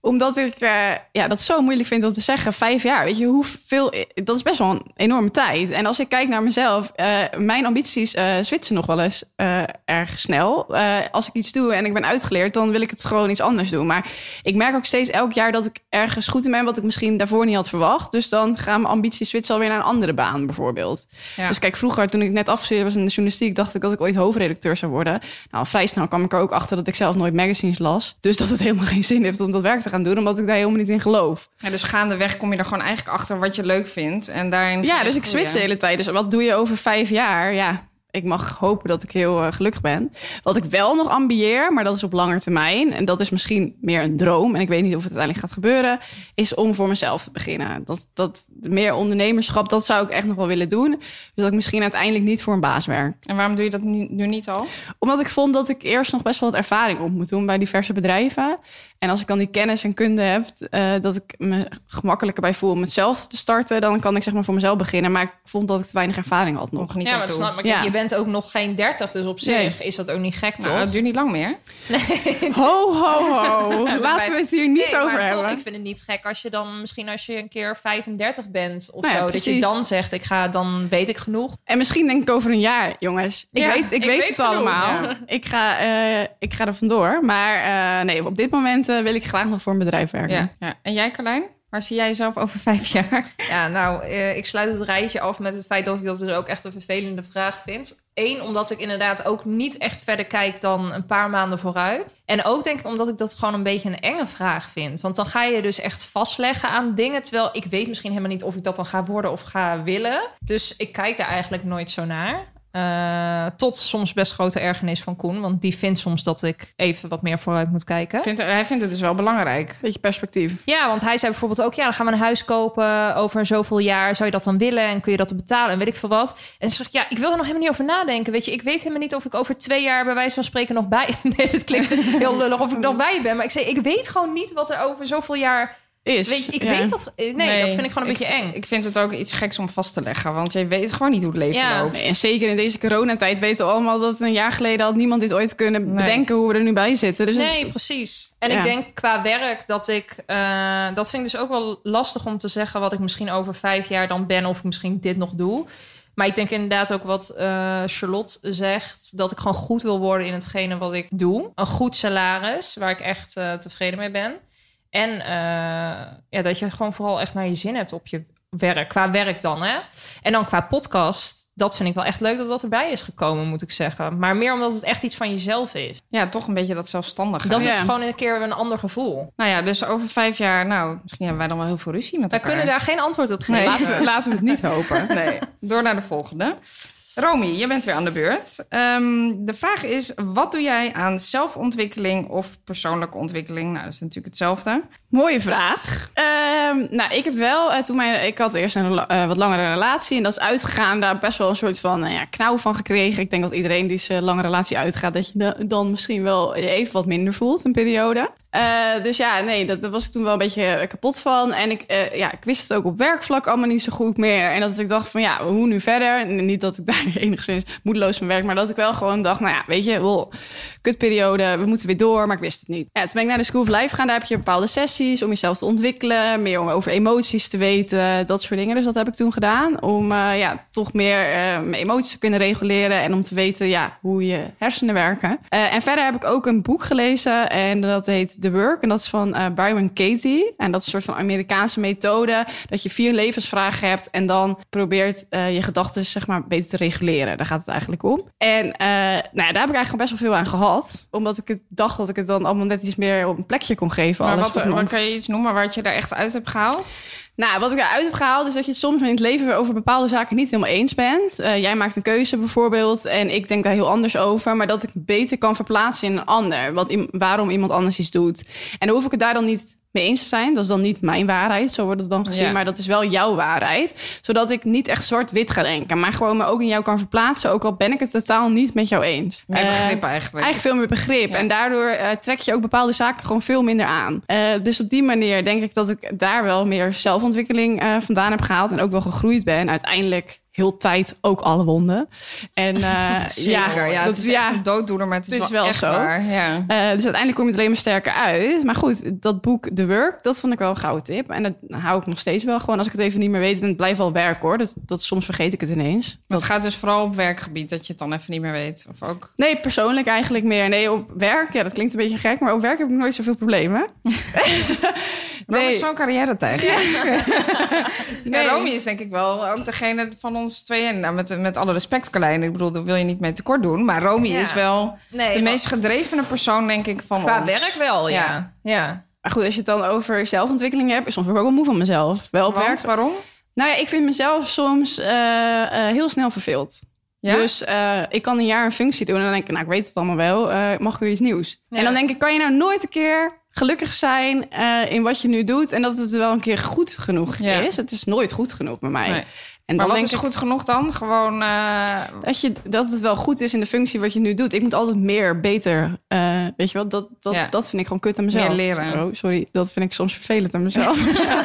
Omdat ik uh, ja, dat zo moeilijk vind om te zeggen. Vijf jaar, weet je, hoeveel... Dat is best wel een enorme tijd. En als ik kijk naar mezelf... Uh, mijn ambities uh, switchen nog wel eens uh, erg snel. Uh, als ik iets doe en ik ben uitgeleerd... dan wil ik het gewoon iets anders doen. Maar ik merk ook steeds elk jaar dat ik ergens goed in ben... wat ik misschien daarvoor niet had verwacht. Dus dan gaan mijn ambities switchen alweer naar een andere baan bijvoorbeeld. Ja. Dus kijk, vroeger toen ik net afgestudeerd was in de journalistiek... dacht ik dat ik ooit hoofdredacteur zou worden. Nou, vrij snel kwam ik er ook achter dat ik zelf nooit magazines las. Dus dat het helemaal geen zin heeft om dat werk te gaan doen... omdat ik daar helemaal niet in geloof. Ja, dus gaandeweg kom je er gewoon eigenlijk achter wat je leuk vindt. En daarin ja, dus ik switch de hele tijd. Dus wat doe je over vijf jaar? Ja, ik mag hopen dat ik heel uh, gelukkig ben. Wat ik wel nog ambieer, maar dat is op lange termijn... en dat is misschien meer een droom... en ik weet niet of het uiteindelijk gaat gebeuren... is om voor mezelf te beginnen. Dat, dat meer ondernemerschap, dat zou ik echt nog wel willen doen. Dus dat ik misschien uiteindelijk niet voor een baas werk. En waarom doe je dat nu, nu niet al? Omdat ik vond dat ik eerst nog best wel wat ervaring op moet doen... bij diverse bedrijven. En als ik dan die kennis en kunde heb... Uh, dat ik me gemakkelijker bij voel om het zelf te starten... dan kan ik zeg maar voor mezelf beginnen. Maar ik vond dat ik te weinig ervaring had nog. nog niet ja, maar, snap, maar ja. je bent ook nog geen dertig, dus op zich nee. is dat ook niet gek, toch? Nou, het duurt niet lang meer. Nee. Ho, ho, ho. Laten we het hier niet nee, over maar hebben. Toch, ik vind het niet gek als je dan misschien als je een keer vijfendertig bent of nou ja, zo, precies. dat je dan zegt, ik ga, dan weet ik genoeg. En misschien denk ik over een jaar, jongens. Ik ja, weet, ik ik weet, weet het genoeg, allemaal. Ja. Ik, ga, uh, ik ga er vandoor. Maar uh, nee, op dit moment uh, wil ik graag nog voor een bedrijf werken. Ja. Ja. En jij, Carlijn? Waar zie jij jezelf over vijf jaar? Ja, nou, uh, ik sluit het rijtje af met het feit dat ik dat dus ook echt een vervelende vraag vind. Eén, omdat ik inderdaad ook niet echt verder kijk dan een paar maanden vooruit. En ook denk ik omdat ik dat gewoon een beetje een enge vraag vind. Want dan ga je dus echt vastleggen aan dingen. Terwijl ik weet misschien helemaal niet of ik dat dan ga worden of ga willen. Dus ik kijk daar eigenlijk nooit zo naar. Uh, tot soms best grote ergernis van Koen. Want die vindt soms dat ik even wat meer vooruit moet kijken. Vindt, hij vindt het dus wel belangrijk. Beetje perspectief. Ja, want hij zei bijvoorbeeld ook... ja, dan gaan we een huis kopen over zoveel jaar. Zou je dat dan willen en kun je dat betalen en weet ik veel wat. En dan zeg ik, ja, ik wil er nog helemaal niet over nadenken. Weet je, ik weet helemaal niet of ik over twee jaar... bij wijze van spreken nog bij... nee, dat klinkt heel lullig of ik nog bij ben. Maar ik zei, ik weet gewoon niet wat er over zoveel jaar... is. Weet je, ik ja. weet dat... Nee, nee, dat vind ik gewoon een ik, beetje eng. Ik vind het ook iets geks om vast te leggen. Want je weet gewoon niet hoe het leven ja. loopt. Nee, en zeker in deze coronatijd weten we allemaal... dat een jaar geleden had niemand dit ooit kunnen nee. bedenken... hoe we er nu bij zitten. Dus nee, het... precies. En ja. ik denk qua werk dat ik... Uh, dat vind ik dus ook wel lastig om te zeggen... wat ik misschien over vijf jaar dan ben... of ik misschien dit nog doe. Maar ik denk inderdaad ook wat uh, Charlotte zegt... dat ik gewoon goed wil worden in hetgene wat ik doe. Een goed salaris, waar ik echt uh, tevreden mee ben... En uh, ja, dat je gewoon vooral echt naar je zin hebt op je werk. Qua werk dan, hè. En dan qua podcast, dat vind ik wel echt leuk dat dat erbij is gekomen, moet ik zeggen. Maar meer omdat het echt iets van jezelf is. Ja, toch een beetje dat zelfstandige. Dat ja. is gewoon een keer een ander gevoel. Nou ja, dus over vijf jaar, nou, misschien hebben wij dan wel heel veel ruzie met Wij elkaar. kunnen daar geen antwoord op geven. Nee, laten, we, laten we het niet hopen. Nee, door naar de volgende. Romy, je bent weer aan de beurt. Um, de vraag is, wat doe jij aan zelfontwikkeling of persoonlijke ontwikkeling? Nou, dat is natuurlijk hetzelfde. Mooie vraag. Um, nou, ik heb wel, uh, toen mijn, ik had eerst een uh, wat langere relatie en dat is uitgegaan. Daar best wel een soort van nou ja, knauw van gekregen. Ik denk dat iedereen die zijn lange relatie uitgaat, dat je dan misschien wel even wat minder voelt, een periode. Uh, dus ja, nee, dat, daar was ik toen wel een beetje kapot van. En ik, uh, ja, ik wist het ook op werkvlak allemaal niet zo goed meer. En dat ik dacht van, ja, hoe nu verder? En niet dat ik daar enigszins moedeloos van werk, maar dat ik wel gewoon dacht, nou ja, weet je, wel, kutperiode, we moeten weer door, maar ik wist het niet. Ja, toen ben ik naar de School of Life gegaan. Daar heb je bepaalde sessies om jezelf te ontwikkelen, meer om over emoties te weten, dat soort dingen. Dus dat heb ik toen gedaan, om uh, ja, toch meer uh, mijn emoties te kunnen reguleren en om te weten, ja, hoe je hersenen werken. Uh, en verder heb ik ook een boek gelezen en dat heet The Work. En dat is van uh, Byron Katie. En dat is een soort van Amerikaanse methode. Dat je vier levensvragen hebt en dan probeert uh, je gedachten zeg maar beter te reguleren. Daar gaat het eigenlijk om. En uh, nou ja, daar heb ik eigenlijk best wel veel aan gehad. Omdat ik het dacht dat ik het dan allemaal net iets meer op een plekje kon geven. Maar alles wat, wat kan je iets noemen waar je daar echt uit hebt gehaald? Nou, wat ik eruit heb gehaald is dat je het soms in het leven over bepaalde zaken niet helemaal eens bent. Uh, jij maakt een keuze bijvoorbeeld en ik denk daar heel anders over. Maar dat ik beter kan verplaatsen in een ander. Wat, waarom iemand anders iets doet. En dan hoef ik het daar dan niet mee eens te zijn. Dat is dan niet mijn waarheid, zo wordt het dan gezien. Ja. Maar dat is wel jouw waarheid. Zodat ik niet echt zwart-wit ga denken. Maar gewoon me ook in jou kan verplaatsen. Ook al ben ik het totaal niet met jou eens. Meer begrip uh, eigenlijk. Eigenlijk veel meer begrip. Ja. En daardoor uh, trek je ook bepaalde zaken gewoon veel minder aan. Uh, dus op die manier denk ik dat ik daar wel meer zelfontwikkeling uh, vandaan heb gehaald. En ook wel gegroeid ben. Uiteindelijk heel tijd ook alle wonden. En uh, Zeker, ja, ja, dat het is ja, echt een dooddoener, maar het is, het is wel, wel echt zo. waar. Ja. Uh, dus uiteindelijk kom je er alleen maar sterker uit. Maar goed, dat boek The Work, dat vond ik wel een gouden tip. En dat hou ik nog steeds wel gewoon. Als ik het even niet meer weet, dan het blijft wel werk hoor. Dat, dat soms vergeet ik het ineens. Dat... Dat Het gaat dus vooral op werkgebied dat je het dan even niet meer weet. Of ook... Nee, persoonlijk eigenlijk meer. Nee, op werk, ja, dat klinkt een beetje gek, maar op werk heb ik nooit zoveel problemen. Romy nee. is zo'n carrière-tijger. Ja. Nee. En Romy is denk ik wel ook degene van ons tweeën. Nou, met, met alle respect, Carlijn. Ik bedoel, daar wil je niet mee tekort doen. Maar Romy Ja. is wel Nee, de maar- meest gedrevene persoon, denk ik, van Qua ons. werk wel, ja. Ja. ja. Maar goed, als je het dan over zelfontwikkeling hebt, is soms ook wel moe van mezelf. Wel op Want, werk. waarom? Nou ja, ik vind mezelf soms uh, uh, heel snel verveeld. Ja? Dus uh, ik kan een jaar een functie doen en dan denk ik, nou, ik weet het allemaal wel, uh, mag weer iets nieuws. Ja. En dan denk ik, kan je nou nooit een keer gelukkig zijn uh, in wat je nu doet en dat het wel een keer goed genoeg Ja. is. Het is nooit goed genoeg bij mij. Nee. En Maar dan wat denk is ik goed genoeg dan? Gewoon... Uh... dat, je, dat het wel goed is in de functie wat je nu doet. Ik moet altijd meer, beter, uh, weet je wel, dat, dat, Ja. dat vind ik gewoon kut aan mezelf. Meer leren. Oh, sorry, dat vind ik soms vervelend aan mezelf.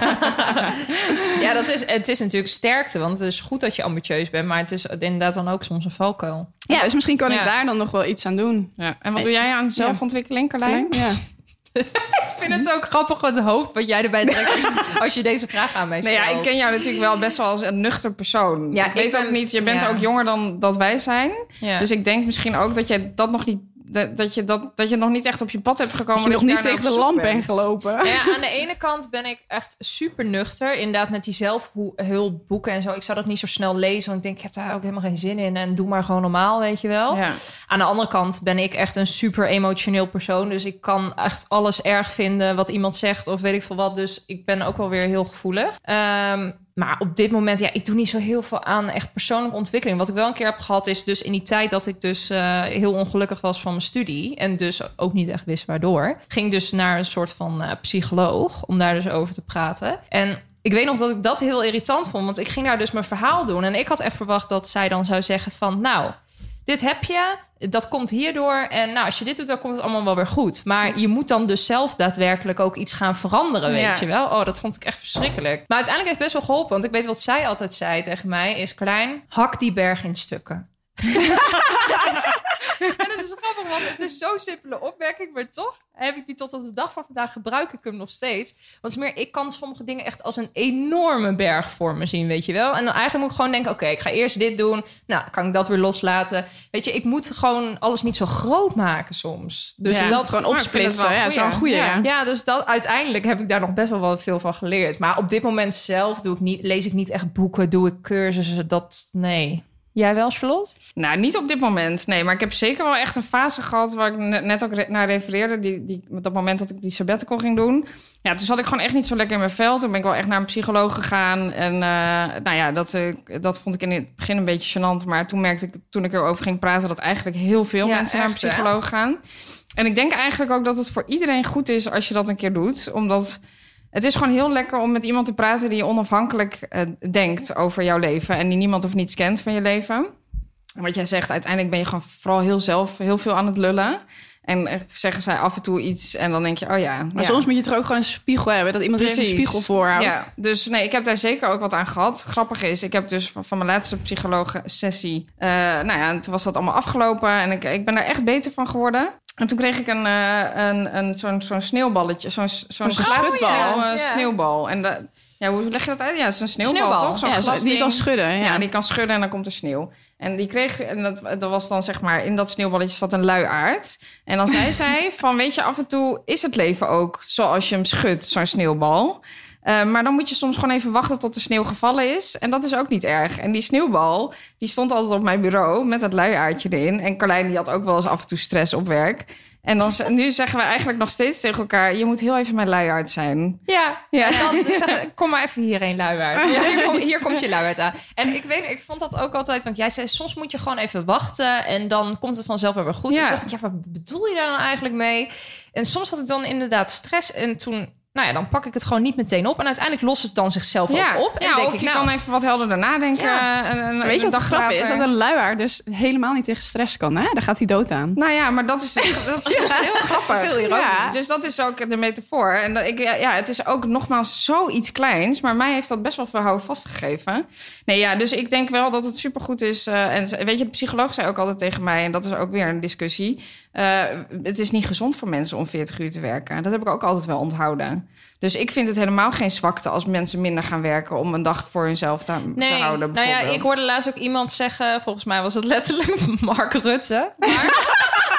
Ja, dat is, het is natuurlijk sterkte, want het is goed dat je ambitieus bent, maar het is inderdaad dan ook soms een valkuil. Ja, dus misschien kan Ja. ik daar dan nog wel iets aan doen. Ja. En wat doe jij aan zelfontwikkeling, Carlijn? Ja. Ik vind het ook grappig het hoofd wat jij erbij trekt als je deze vraag aan mij Nee, stelt. ja, ik ken jou natuurlijk wel best wel als een nuchter persoon. Ja, ik weet ik ben- ook niet, je bent ja. ook jonger dan dat wij zijn. Ja. Dus ik denk misschien ook dat je dat nog niet, dat, dat je dat, dat je nog niet echt op je pad hebt gekomen. Als je nog dat niet daarnaar tegen de op zoek lamp bent. bent gelopen. Nou ja, aan de ene kant ben ik echt super nuchter. Inderdaad, met die zelfhulpboeken en zo. Ik zou dat niet zo snel lezen, want ik denk, ik heb daar ook helemaal geen zin in. En doe maar gewoon normaal, weet je wel. Ja. Aan de andere kant ben ik echt een super emotioneel persoon. Dus ik kan echt alles erg vinden wat iemand zegt of weet ik veel wat. Dus ik ben ook wel weer heel gevoelig. Um, maar op dit moment, ja, ik doe niet zo heel veel aan echt persoonlijke ontwikkeling. Wat ik wel een keer heb gehad is dus in die tijd dat ik dus uh, heel ongelukkig was van mijn studie. En dus ook niet echt wist waardoor. Ging dus naar een soort van uh, psycholoog om daar dus over te praten. En ik weet nog dat ik dat heel irritant vond. Want ik ging daar dus mijn verhaal doen. En ik had echt verwacht dat zij dan zou zeggen van, nou, dit heb je, dat komt hierdoor. En nou, als je dit doet, dan komt het allemaal wel weer goed. Maar je moet dan dus zelf daadwerkelijk ook iets gaan veranderen, weet Ja. je wel. Oh, dat vond ik echt verschrikkelijk. Maar uiteindelijk heeft het best wel geholpen. Want ik weet wat zij altijd zei tegen mij, is klein, hak die berg in stukken. En het is grappig, want het is zo'n simpele opmerking, maar toch heb ik die tot op de dag van vandaag, gebruik ik hem nog steeds. Want het is meer, ik kan sommige dingen echt als een enorme berg voor me zien, weet je wel. En dan eigenlijk moet ik gewoon denken, oké, okay, ik ga eerst dit doen. Nou, dan kan ik dat weer loslaten. Weet je, ik moet gewoon alles niet zo groot maken soms. Dus Ja, dat gewoon maar ik vind het opsplitsen. wel Ja, dat is wel een goeie. Ja. Ja. ja, dus dat, uiteindelijk heb ik daar nog best wel wel veel van geleerd. Maar op dit moment zelf doe ik niet, lees ik niet echt boeken, doe ik cursussen, dat, nee. Jij wel, Charlotte? Nou, niet op dit moment, nee. Maar ik heb zeker wel echt een fase gehad waar ik ne- net ook re- naar refereerde. Die, die, op dat moment dat ik die sabbatical ging doen. Ja, toen zat ik gewoon echt niet zo lekker in mijn vel. Toen ben ik wel echt naar een psycholoog gegaan. En uh, nou ja, dat, uh, dat vond ik in het begin een beetje gênant. Maar toen merkte ik, toen ik erover ging praten, dat eigenlijk heel veel Ja, mensen naar een echt, hè? psycholoog gaan. En ik denk eigenlijk ook dat het voor iedereen goed is als je dat een keer doet. Omdat het is gewoon heel lekker om met iemand te praten die onafhankelijk uh, denkt over jouw leven. En die niemand of niets kent van je leven. En wat jij zegt, uiteindelijk ben je gewoon vooral heel zelf heel veel aan het lullen. En uh, zeggen zij af en toe iets en dan denk je, oh ja. Maar ja. soms moet je er ook gewoon een spiegel hebben. Dat iemand er even een spiegel voorhoudt. Ja, dus nee, ik heb daar zeker ook wat aan gehad. Grappig is, ik heb dus van, van mijn laatste psycholoog-sessie... Uh, nou ja, toen was dat allemaal afgelopen en ik, ik ben daar echt beter van geworden. En toen kreeg ik een, uh, een, een, zo'n, zo'n sneeuwballetje, zo'n, zo'n Zo'n glazen schutbal. sneeuw, uh, Ja. sneeuwbal. En de, ja, hoe leg je dat uit? Ja, het is een sneeuwbal, Sneeuwbal. toch? Zo'n Ja, zo- die glasding. kan schudden. Ja. Ja, die kan schudden en dan komt er sneeuw. En die kreeg, en dat, dat was dan zeg maar, in dat sneeuwballetje zat een luiaard. En dan zei zij van, weet je, af en toe is het leven ook zoals je hem schudt, zo'n sneeuwbal. Uh, maar dan moet je soms gewoon even wachten tot de sneeuw gevallen is. En dat is ook niet erg. En die sneeuwbal, die stond altijd op mijn bureau met dat luiaardje erin. En Carlijn, die had ook wel eens af en toe stress op werk. En dan, nu zeggen we eigenlijk nog steeds tegen elkaar, je moet heel even mijn luiaard zijn. Ja, Ja. en dan dus zeggen, kom maar even hierheen, luiaard. Hier, kom, hier komt je luiaard aan. En ik weet, ik vond dat ook altijd, want jij zei, soms moet je gewoon even wachten en dan komt het vanzelf weer goed. Ja. En toen dacht ik, ja, wat bedoel je daar nou eigenlijk mee? En soms had ik dan inderdaad stress en toen, nou ja, dan pak ik het gewoon niet meteen op. En uiteindelijk lost het dan zichzelf Ja, ook op. En ja denk of ik, je nou, kan even wat helderder nadenken. Ja. En, en, Weet je wat de grap is? Dat een luiaard dus helemaal niet tegen stress kan. Hè? Daar gaat hij dood aan. Nou ja, maar dat is, dat is dus heel grappig. Dat is heel ironisch. Ja, dus dat is ook de metafoor. En dat ik, ja, ja, het is ook nogmaals zoiets kleins. Maar mij heeft dat best wel veel houvast gegeven. Nee, ja, dus ik denk wel dat het supergoed is. Uh, en weet je, de psycholoog zei ook altijd tegen mij... en dat is ook weer een discussie... Uh, het is niet gezond voor mensen om veertig uur te werken. Dat heb ik ook altijd wel onthouden. Dus ik vind het helemaal geen zwakte als mensen minder gaan werken... om een dag voor hunzelf te, nee, te houden, nou ja, ik hoorde laatst ook iemand zeggen... volgens mij was het letterlijk Mark Rutte. Maar...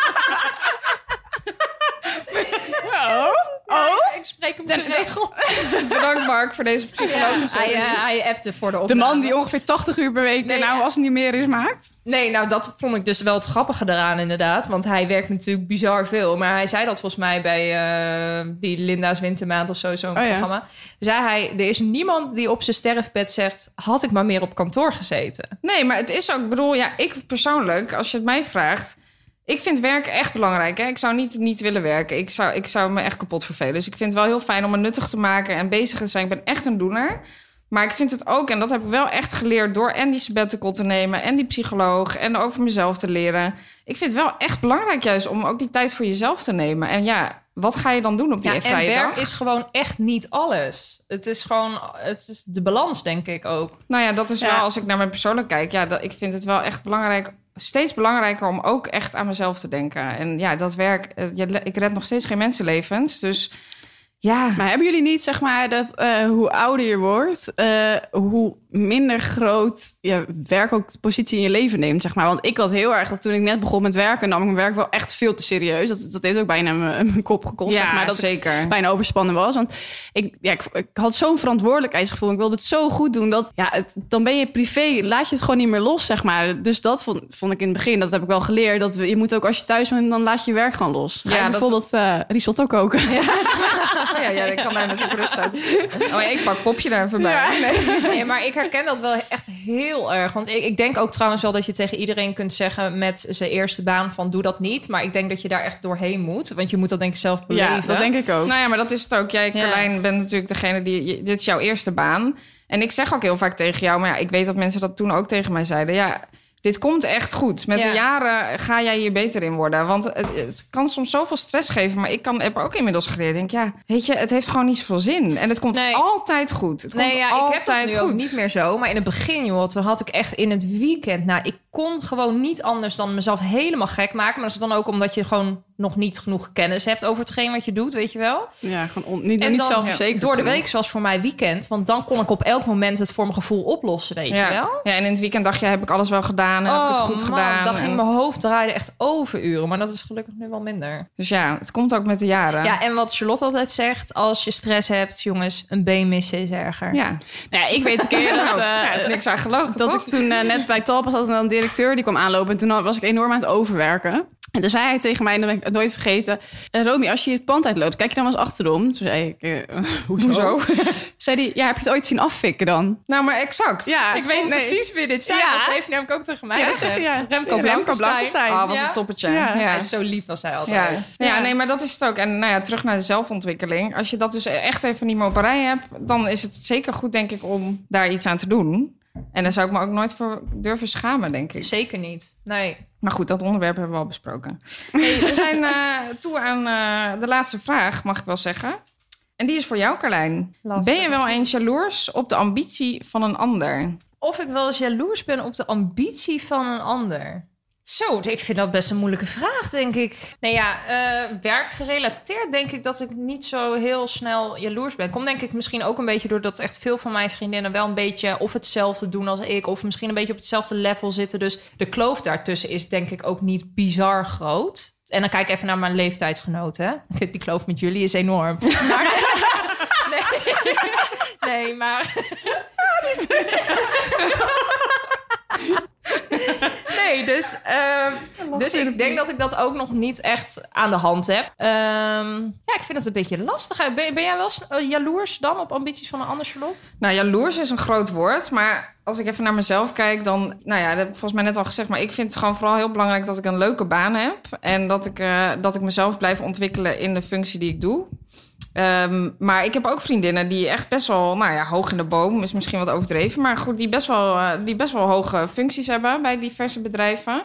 Oh, oh. Ik spreek hem geregeld. Bedankt Mark voor deze psychologische Hij, sessie. uh, hij appte voor de De opname. man die ongeveer tachtig uur per week... Nee, nou, ja. als het niet meer is, maakt. Nee, nou dat vond ik dus wel het grappige eraan inderdaad. Want hij werkt natuurlijk bizar veel. Maar hij zei dat volgens mij bij uh, die Linda's Wintermaand of zo, zo'n Oh, ja. programma. Zei hij, er is niemand die op zijn sterfbed zegt... had ik maar meer op kantoor gezeten. Nee, maar het is ook... Ik bedoel, ja, ik persoonlijk, als je het mij vraagt... Ik vind werken echt belangrijk. Hè? Ik zou niet, niet willen werken. Ik zou, ik zou me echt kapot vervelen. Dus ik vind het wel heel fijn om me nuttig te maken... en bezig te zijn. Ik ben echt een doener. Maar ik vind het ook, en dat heb ik wel echt geleerd... door en die sabbatical te nemen en die psycholoog... en over mezelf te leren. Ik vind het wel echt belangrijk juist om ook die tijd voor jezelf te nemen. En ja, wat ga je dan doen op die Ja, vrije en werk dag? is gewoon echt niet alles. Het is gewoon, het is de balans, denk ik ook. Nou ja, dat is Ja. wel, als ik naar mijn persoonlijk kijk... ja, dat, ik vind het wel echt belangrijk... steeds belangrijker om ook echt aan mezelf te denken. En ja, dat werk... eh, je- Ik red nog steeds geen mensenlevens, dus ja... Maar hebben jullie niet, zeg maar, dat uh, hoe ouder je wordt... Uh, hoe minder groot je werk ook de positie in je leven neemt, zeg maar. Want ik had heel erg dat toen ik net begon met werken... nam ik mijn werk wel echt veel te serieus. Dat, dat heeft ook bijna mijn, mijn kop gekost, Ja, zeg maar. Dat zeker. ik bijna overspannen was. Want ik, ja, ik, ik had zo'n verantwoordelijkheidsgevoel. Ik wilde het zo goed doen dat... ja, het, dan ben je privé, laat je het gewoon niet meer los, zeg maar. Dus dat vond, vond ik in het begin, dat heb ik wel geleerd... dat we, je moet ook als je thuis bent, dan laat je je werk gewoon los. Ga Ja, je dat- bijvoorbeeld uh, risotto koken. Ja. Ja, ja, ik kan daar natuurlijk rust uit. Oh ja, ik pak popje daar even bij. Ja, nee. Nee, maar ik herken dat wel echt heel erg. Want ik, ik denk ook trouwens wel dat je tegen iedereen kunt zeggen... met zijn eerste baan van doe dat niet. Maar ik denk dat je daar echt doorheen moet. Want je moet dat denk ik zelf beleven. Ja, dat denk ik ook. Nou ja, maar dat is het ook. Jij, Ja. Carlijn, bent natuurlijk degene die... je- Dit is jouw eerste baan. En ik zeg ook heel vaak tegen jou... maar ja, ik weet dat mensen dat toen ook tegen mij zeiden... ja, dit komt echt goed. Met Ja. de jaren ga jij hier beter in worden. Want het, het kan soms zoveel stress geven. Maar ik kan, heb ook inmiddels geleerd. Denk, ja, weet je, het heeft gewoon niet zoveel zin. En het komt Nee. altijd goed. Het Nee, komt ja, ik heb dat altijd nu goed. ook niet meer zo. Maar in het begin, joh, toen had ik echt in het weekend... Nou, ik kon gewoon niet anders dan mezelf helemaal gek maken. Maar dat is dan ook omdat je gewoon nog niet genoeg kennis hebt... over hetgeen wat je doet, weet je wel. Ja, gewoon on, niet, En niet dan, zelfverzekerd. door de genoeg. week was voor mij weekend. Want dan kon ik op elk moment het voor mijn gevoel oplossen, weet je Ja. wel. ja, en in het weekend dacht je, heb ik alles wel gedaan? Heb ik het goed man, gedaan? dan ging En- mijn hoofd draaien echt overuren. Maar dat is gelukkig nu wel minder. Dus ja, het komt ook met de jaren. Ja, en wat Charlotte altijd zegt... als je stress hebt, jongens, een been missen is erger. Ja. Nou ja, ik weet een keer dat... Nou, uh, ja, is niks aan gelogen, dat toch? ik toen uh, net bij Talpas had een directeur die kwam aanlopen. En toen was ik enorm aan het overwerken. En toen zei hij tegen mij, en dan ben ik het nooit vergeten... Uh, Romy, als je het pand uitloopt, kijk je dan wel eens achterom? Toen zei ik, uh, hoezo? Hoezo? Zei hij, ja, heb je het ooit zien afvikken dan? Nou, maar exact. Ja, Ik weet nee. precies wie dit zei. Ja. Dat heeft hij namelijk ook tegen mij Ja, gezegd. ja. Remco Remco Blankenstein. Blankenstein. Oh, wat Ja. een toppetje. Ja. Ja. Hij is zo lief als hij Ja. altijd. Ja. Ja. nee, maar dat is het ook. En nou ja, terug naar de zelfontwikkeling. Als je dat dus echt even niet meer op een rij hebt... dan is het zeker goed, denk ik, om daar iets aan te doen. En daar zou ik me ook nooit voor durven schamen, denk ik. Zeker niet. Nee. Maar goed, dat onderwerp hebben we al besproken. Hey, we zijn uh, toe aan uh, de laatste vraag, mag ik wel zeggen. En die is voor jou, Carlijn. Lastig. Ben je wel eens jaloers op de ambitie van een ander? Of ik wel eens jaloers ben op de ambitie van een ander. Zo, ik vind dat best een moeilijke vraag, denk ik. Nou ja, uh, werkgerelateerd denk ik dat ik niet zo heel snel jaloers ben. Komt denk ik misschien ook een beetje doordat echt veel van mijn vriendinnen wel een beetje of hetzelfde doen als ik, of misschien een beetje op hetzelfde level zitten. Dus de kloof daartussen is denk ik ook niet bizar groot. En dan kijk ik even naar mijn leeftijdsgenoten. Hè? Die kloof met jullie is enorm. Maar, nee, nee, maar... Nee, dus, uh, dus ik denk dat ik dat ook nog niet echt aan de hand heb. Um, ja, ik vind het een beetje lastig. Ben, ben jij wel uh, jaloers dan op ambities van een ander, Charlotte? Nou, jaloers is een groot woord, maar als ik even naar mezelf kijk, dan... Nou ja, dat heb ik volgens mij net al gezegd, maar ik vind het gewoon vooral heel belangrijk dat ik een leuke baan heb. En dat ik, uh, dat ik mezelf blijf ontwikkelen in de functie die ik doe. Um, maar ik heb ook vriendinnen die echt best wel, nou ja, hoog in de boom is misschien wat overdreven, maar goed, die best wel, uh, die best wel hoge functies hebben bij diverse bedrijven.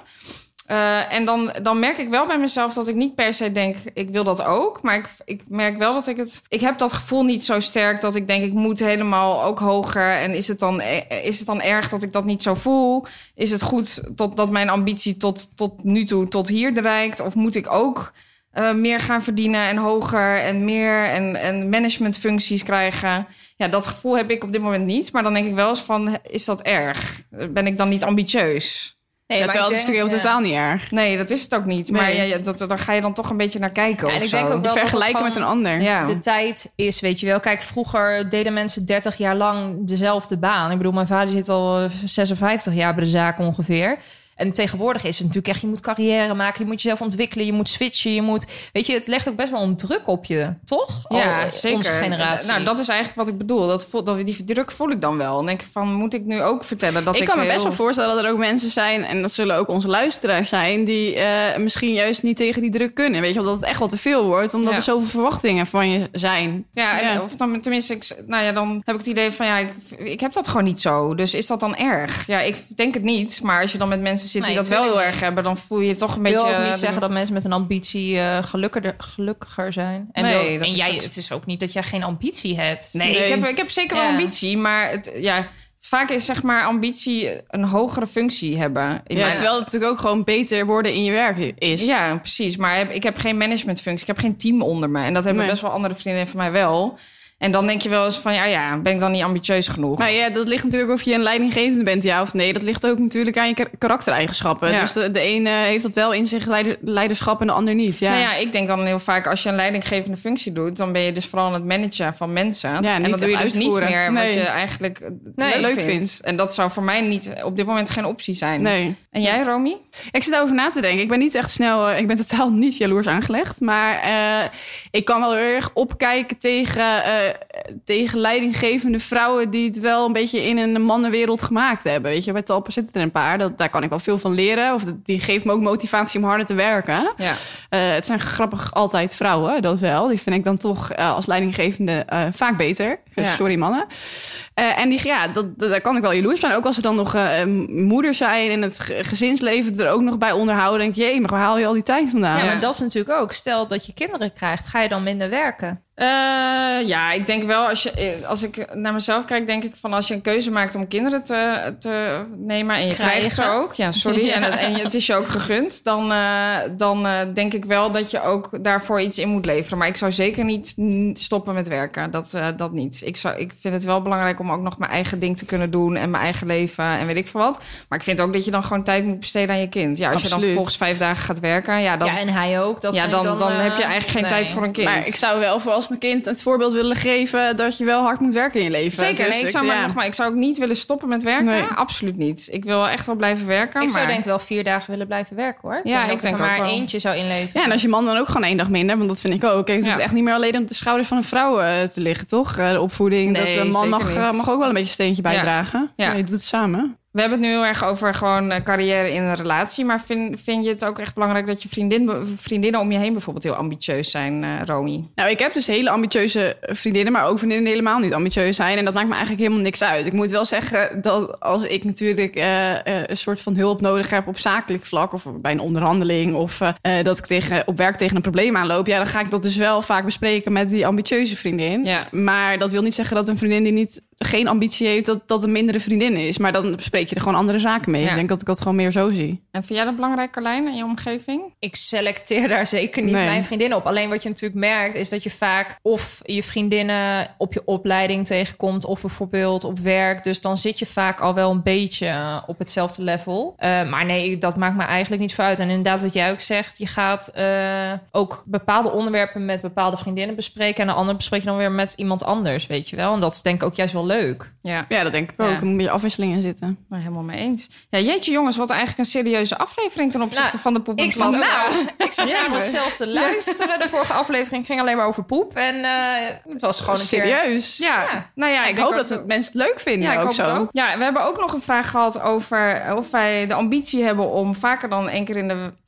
Uh, en dan, dan merk ik wel bij mezelf dat ik niet per se denk, ik wil dat ook. Maar ik, ik merk wel dat ik het... Ik heb dat gevoel niet zo sterk dat ik denk, ik moet helemaal ook hoger. En is het dan, is het dan erg dat ik dat niet zo voel? Is het goed tot, dat mijn ambitie tot, tot nu toe tot hier reikt? Of moet ik ook uh, meer gaan verdienen en hoger en meer en, en managementfuncties krijgen? Ja, dat gevoel heb ik op dit moment niet. Maar dan denk ik wel eens van, is dat erg? Ben ik dan niet ambitieus? Nee, ja, maar terwijl ik het is denk, natuurlijk ja. totaal niet erg. Nee, dat is het ook niet. Nee. Maar ja, ja, dat, daar ga je dan toch een beetje naar kijken Ja, en of ik zo. denk ook wel Je vergelijken dat met het een ander. Ja. de tijd is, weet je wel. Kijk, vroeger deden mensen dertig jaar lang dezelfde baan. Ik bedoel, mijn vader zit al zesenvijftig jaar bij de zaak ongeveer. En tegenwoordig is het natuurlijk echt, je moet carrière maken, je moet jezelf ontwikkelen, je moet switchen, je moet... Weet je, het legt ook best wel een druk op je, toch? Ja, Al, zeker. Onze generatie. Nou, dat is eigenlijk wat ik bedoel. Dat voel, dat, die druk voel ik dan wel. Dan denk ik van, moet ik nu ook vertellen dat ik... Ik kan me heel... best wel voorstellen dat er ook mensen zijn, en dat zullen ook onze luisteraars zijn, die uh, misschien juist niet tegen die druk kunnen. Weet je, omdat het echt wel te veel wordt, omdat Ja. er zoveel verwachtingen van je zijn. Ja, en, Ja. of dan tenminste, ik, nou ja, dan heb ik het idee van, ja, ik, ik heb dat gewoon niet zo. Dus is dat dan erg? Ja, ik denk het niet. Maar als je dan met mensen zit die Nee, dat wel heel tuurlijk erg hebben, dan voel je je toch een Ik beetje... wil ook niet de- zeggen dat mensen met een ambitie uh, gelukkiger, gelukkiger zijn. En, Nee, wil- dat en is jij, ook- het is ook niet dat jij geen ambitie hebt. Nee, Nee. Ik, heb, ik heb zeker wel Ja. ambitie, maar het, ja, vaak is zeg maar ambitie een hogere functie hebben. In Ja, mijn- terwijl het natuurlijk ook gewoon beter worden in je werk is. Ja, precies. Maar heb, ik heb geen managementfunctie. Ik heb geen team onder me. En dat hebben Nee. best wel andere vriendinnen van mij wel. En dan denk je wel eens van, ja, ja, ben ik dan niet ambitieus genoeg? Nou ja, dat ligt natuurlijk of je een leidinggevende bent, ja of nee. Dat ligt ook natuurlijk aan je kar- karaktereigenschappen. Ja. Dus de, de ene heeft dat wel in zich, leider- leiderschap, en de ander niet. Ja. Nou ja, ik denk dan heel vaak, als je een leidinggevende functie doet, dan ben je dus vooral aan het managen van mensen. Ja, en niet dat doe je dus uitvoeren. niet meer Nee. wat je eigenlijk Nee, leuk, leuk vindt. vindt. En dat zou voor mij niet op dit moment geen optie zijn. Nee. En jij, Romy? Ik zit daarover na te denken. Ik ben niet echt snel... uh, ik ben totaal niet jaloers aangelegd. Maar uh, ik kan wel heel erg opkijken tegen, uh, tegen leidinggevende vrouwen die het wel een beetje in een mannenwereld gemaakt hebben. Weet je, bij Talpa zitten er een paar. Dat, daar kan ik wel veel van leren. Of dat, die geeft me ook motivatie om harder te werken. Ja. Uh, het zijn grappig altijd vrouwen, dat wel. Die vind ik dan toch uh, als leidinggevende uh, vaak beter. Dus Ja. sorry mannen. Uh, en die, ja, dat, dat, daar kan ik wel jaloers zijn. Ook als ze dan nog uh, moeder zijn en het ge- gezinsleven er ook nog bij onderhouden. Denk je, jee, maar waar haal je al die tijd vandaan? Ja, Ja. maar dat is natuurlijk ook. Stel dat je kinderen krijgt, ga je dan minder werken? Uh, ja, ik denk wel, als, je, als ik naar mezelf kijk, denk ik van als je een keuze maakt om kinderen te, te nemen en je Krijgen. krijgt ze ook, ja, sorry, Ja. En, het, en je, het is je ook gegund, dan, uh, dan uh, denk ik wel dat je ook daarvoor iets in moet leveren. Maar ik zou zeker niet n- stoppen met werken, dat, uh, dat niet. Ik, zou, ik vind het wel belangrijk om ook nog mijn eigen ding te kunnen doen en mijn eigen leven en weet ik veel wat. Maar ik vind ook dat je dan gewoon tijd moet besteden aan je kind. Ja, als je dan Absoluut. vervolgens vijf dagen gaat werken, ja, dan, ja, en hij ook. Dat ja, vind dan, ik dan, dan, uh, heb je eigenlijk geen nee. tijd voor een kind. Maar ik zou wel voor als mijn kind het voorbeeld willen geven dat je wel hard moet werken in je leven. Zeker, Dus nee, ik zou, maar, ja. nog maar, ik zou ook niet willen stoppen met werken. Nee. Absoluut niet. Ik wil echt wel blijven werken. Ik zou maar... denk ik wel vier dagen willen blijven werken, hoor. Ja, dat ik denk er ook maar wel. eentje zou inleveren. Ja, en als je man dan ook gewoon één dag minder, want dat vind ik ook. Kijk, het Ja. hoeft echt niet meer alleen op de schouders van een vrouw uh, te liggen, toch? Uh, de opvoeding, Nee, dat een man zeker mag, niet. uh, mag ook wel een beetje een steentje bijdragen. Ja. Ja. Je doet het samen. We hebben het nu heel erg over gewoon uh, carrière in een relatie. Maar vind, vind je het ook echt belangrijk dat je vriendin, vriendinnen om je heen bijvoorbeeld heel ambitieus zijn, uh, Romy? Nou, ik heb dus hele ambitieuze vriendinnen, maar ook vriendinnen die helemaal niet ambitieus zijn. En dat maakt me eigenlijk helemaal niks uit. Ik moet wel zeggen dat als ik natuurlijk uh, uh, een soort van hulp nodig heb op zakelijk vlak of bij een onderhandeling of uh, uh, dat ik tegen, op werk tegen een probleem aanloop, ja, dan ga ik dat dus wel vaak bespreken met die ambitieuze vriendin. Ja. Maar dat wil niet zeggen dat een vriendin die niet geen ambitie heeft, dat dat een mindere vriendin is. Maar dan bespreek je er gewoon andere zaken mee. Ja. Ik denk dat ik dat gewoon meer zo zie. En vind jij dat belangrijk, Carlijn, in je omgeving? Ik selecteer daar zeker niet Nee. mijn vriendinnen op. Alleen wat je natuurlijk merkt, is dat je vaak of je vriendinnen op je opleiding tegenkomt, of bijvoorbeeld op werk. Dus dan zit je vaak al wel een beetje uh, op hetzelfde level. Uh, maar nee, dat maakt me eigenlijk niet voor uit. En inderdaad, wat jij ook zegt, je gaat uh, ook bepaalde onderwerpen met bepaalde vriendinnen bespreken. En de andere bespreek je dan weer met iemand anders, weet je wel. En dat is denk ik ook juist wel leuk. Ja, Ja, dat denk ik ook. Ja. Er moet een beetje afwisseling in zitten. maar helemaal mee eens. Ja, jeetje jongens, wat eigenlijk een serieuze aflevering ten opzichte Nou, van de Poep en Ik zat, Plas. nou, ik zat Ja, naar maar- onszelf te luisteren. De vorige aflevering ging alleen maar over poep. En uh, het was gewoon een keer... Serieus? Ja, Ja. nou ja, Ik denk hoop ook- dat het mensen het leuk vinden. Ja, ik ook hoop zo. het ook. Ja, we hebben ook nog een vraag gehad over of wij de ambitie hebben om vaker dan één keer in de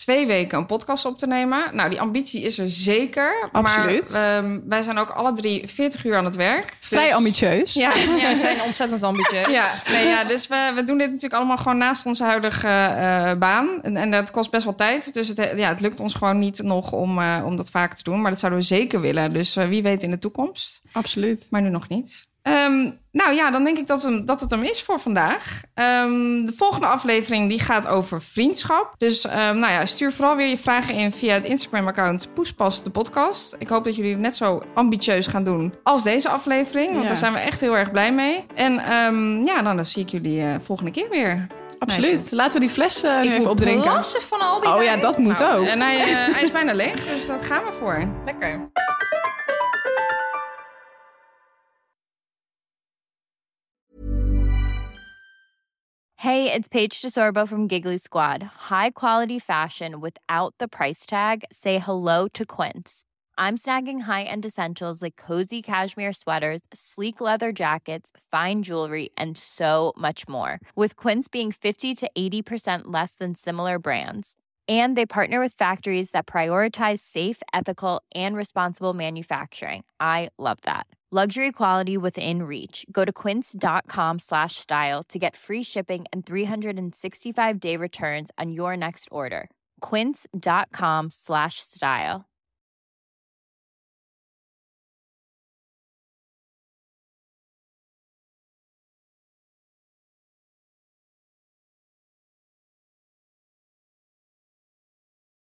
twee weken een podcast op te nemen. Nou, die ambitie is er zeker. Absoluut. Maar um, wij zijn ook alle drie veertig uur aan het werk. Vrij dus... ambitieus. Ja. Ja, we zijn ontzettend ambitieus. Ja, nee, ja dus we, we doen dit natuurlijk allemaal gewoon naast onze huidige uh, baan. En, en dat kost best wel tijd. Dus het, ja, het lukt ons gewoon niet nog om, uh, om dat vaker te doen. Maar dat zouden we zeker willen. Dus uh, wie weet in de toekomst. Absoluut. Maar nu nog niet. Um, nou ja, dan denk ik dat, hem, dat het hem is voor vandaag. Um, de volgende aflevering die gaat over vriendschap. Dus um, nou ja, stuur vooral weer je vragen in via het Instagram-account Poespas de podcast. Ik hoop dat jullie het net zo ambitieus gaan doen als deze aflevering. Want ja. daar zijn we echt heel erg blij mee. En um, ja, dan, dan zie ik jullie uh, volgende keer weer. Absoluut. Meisjes. Laten we die fles uh, nu ik even opdrinken. Plassen van al die Oh wijn. ja, dat moet nou, ook. En hij, uh, hij is bijna leeg, dus dat gaan we voor. Lekker. Hey, it's Paige DeSorbo from Giggly Squad. High quality fashion without the price tag. Say hello to Quince. I'm snagging high-end essentials like cozy cashmere sweaters, sleek leather jackets, fine jewelry, and so much more. With Quince being fifty to eighty percent less than similar brands. And they partner with factories that prioritize safe, ethical, and responsible manufacturing. I love that. Luxury quality within reach. Go to quince.com slash style to get free shipping and three sixty-five day returns on your next order. Quince.com slash style.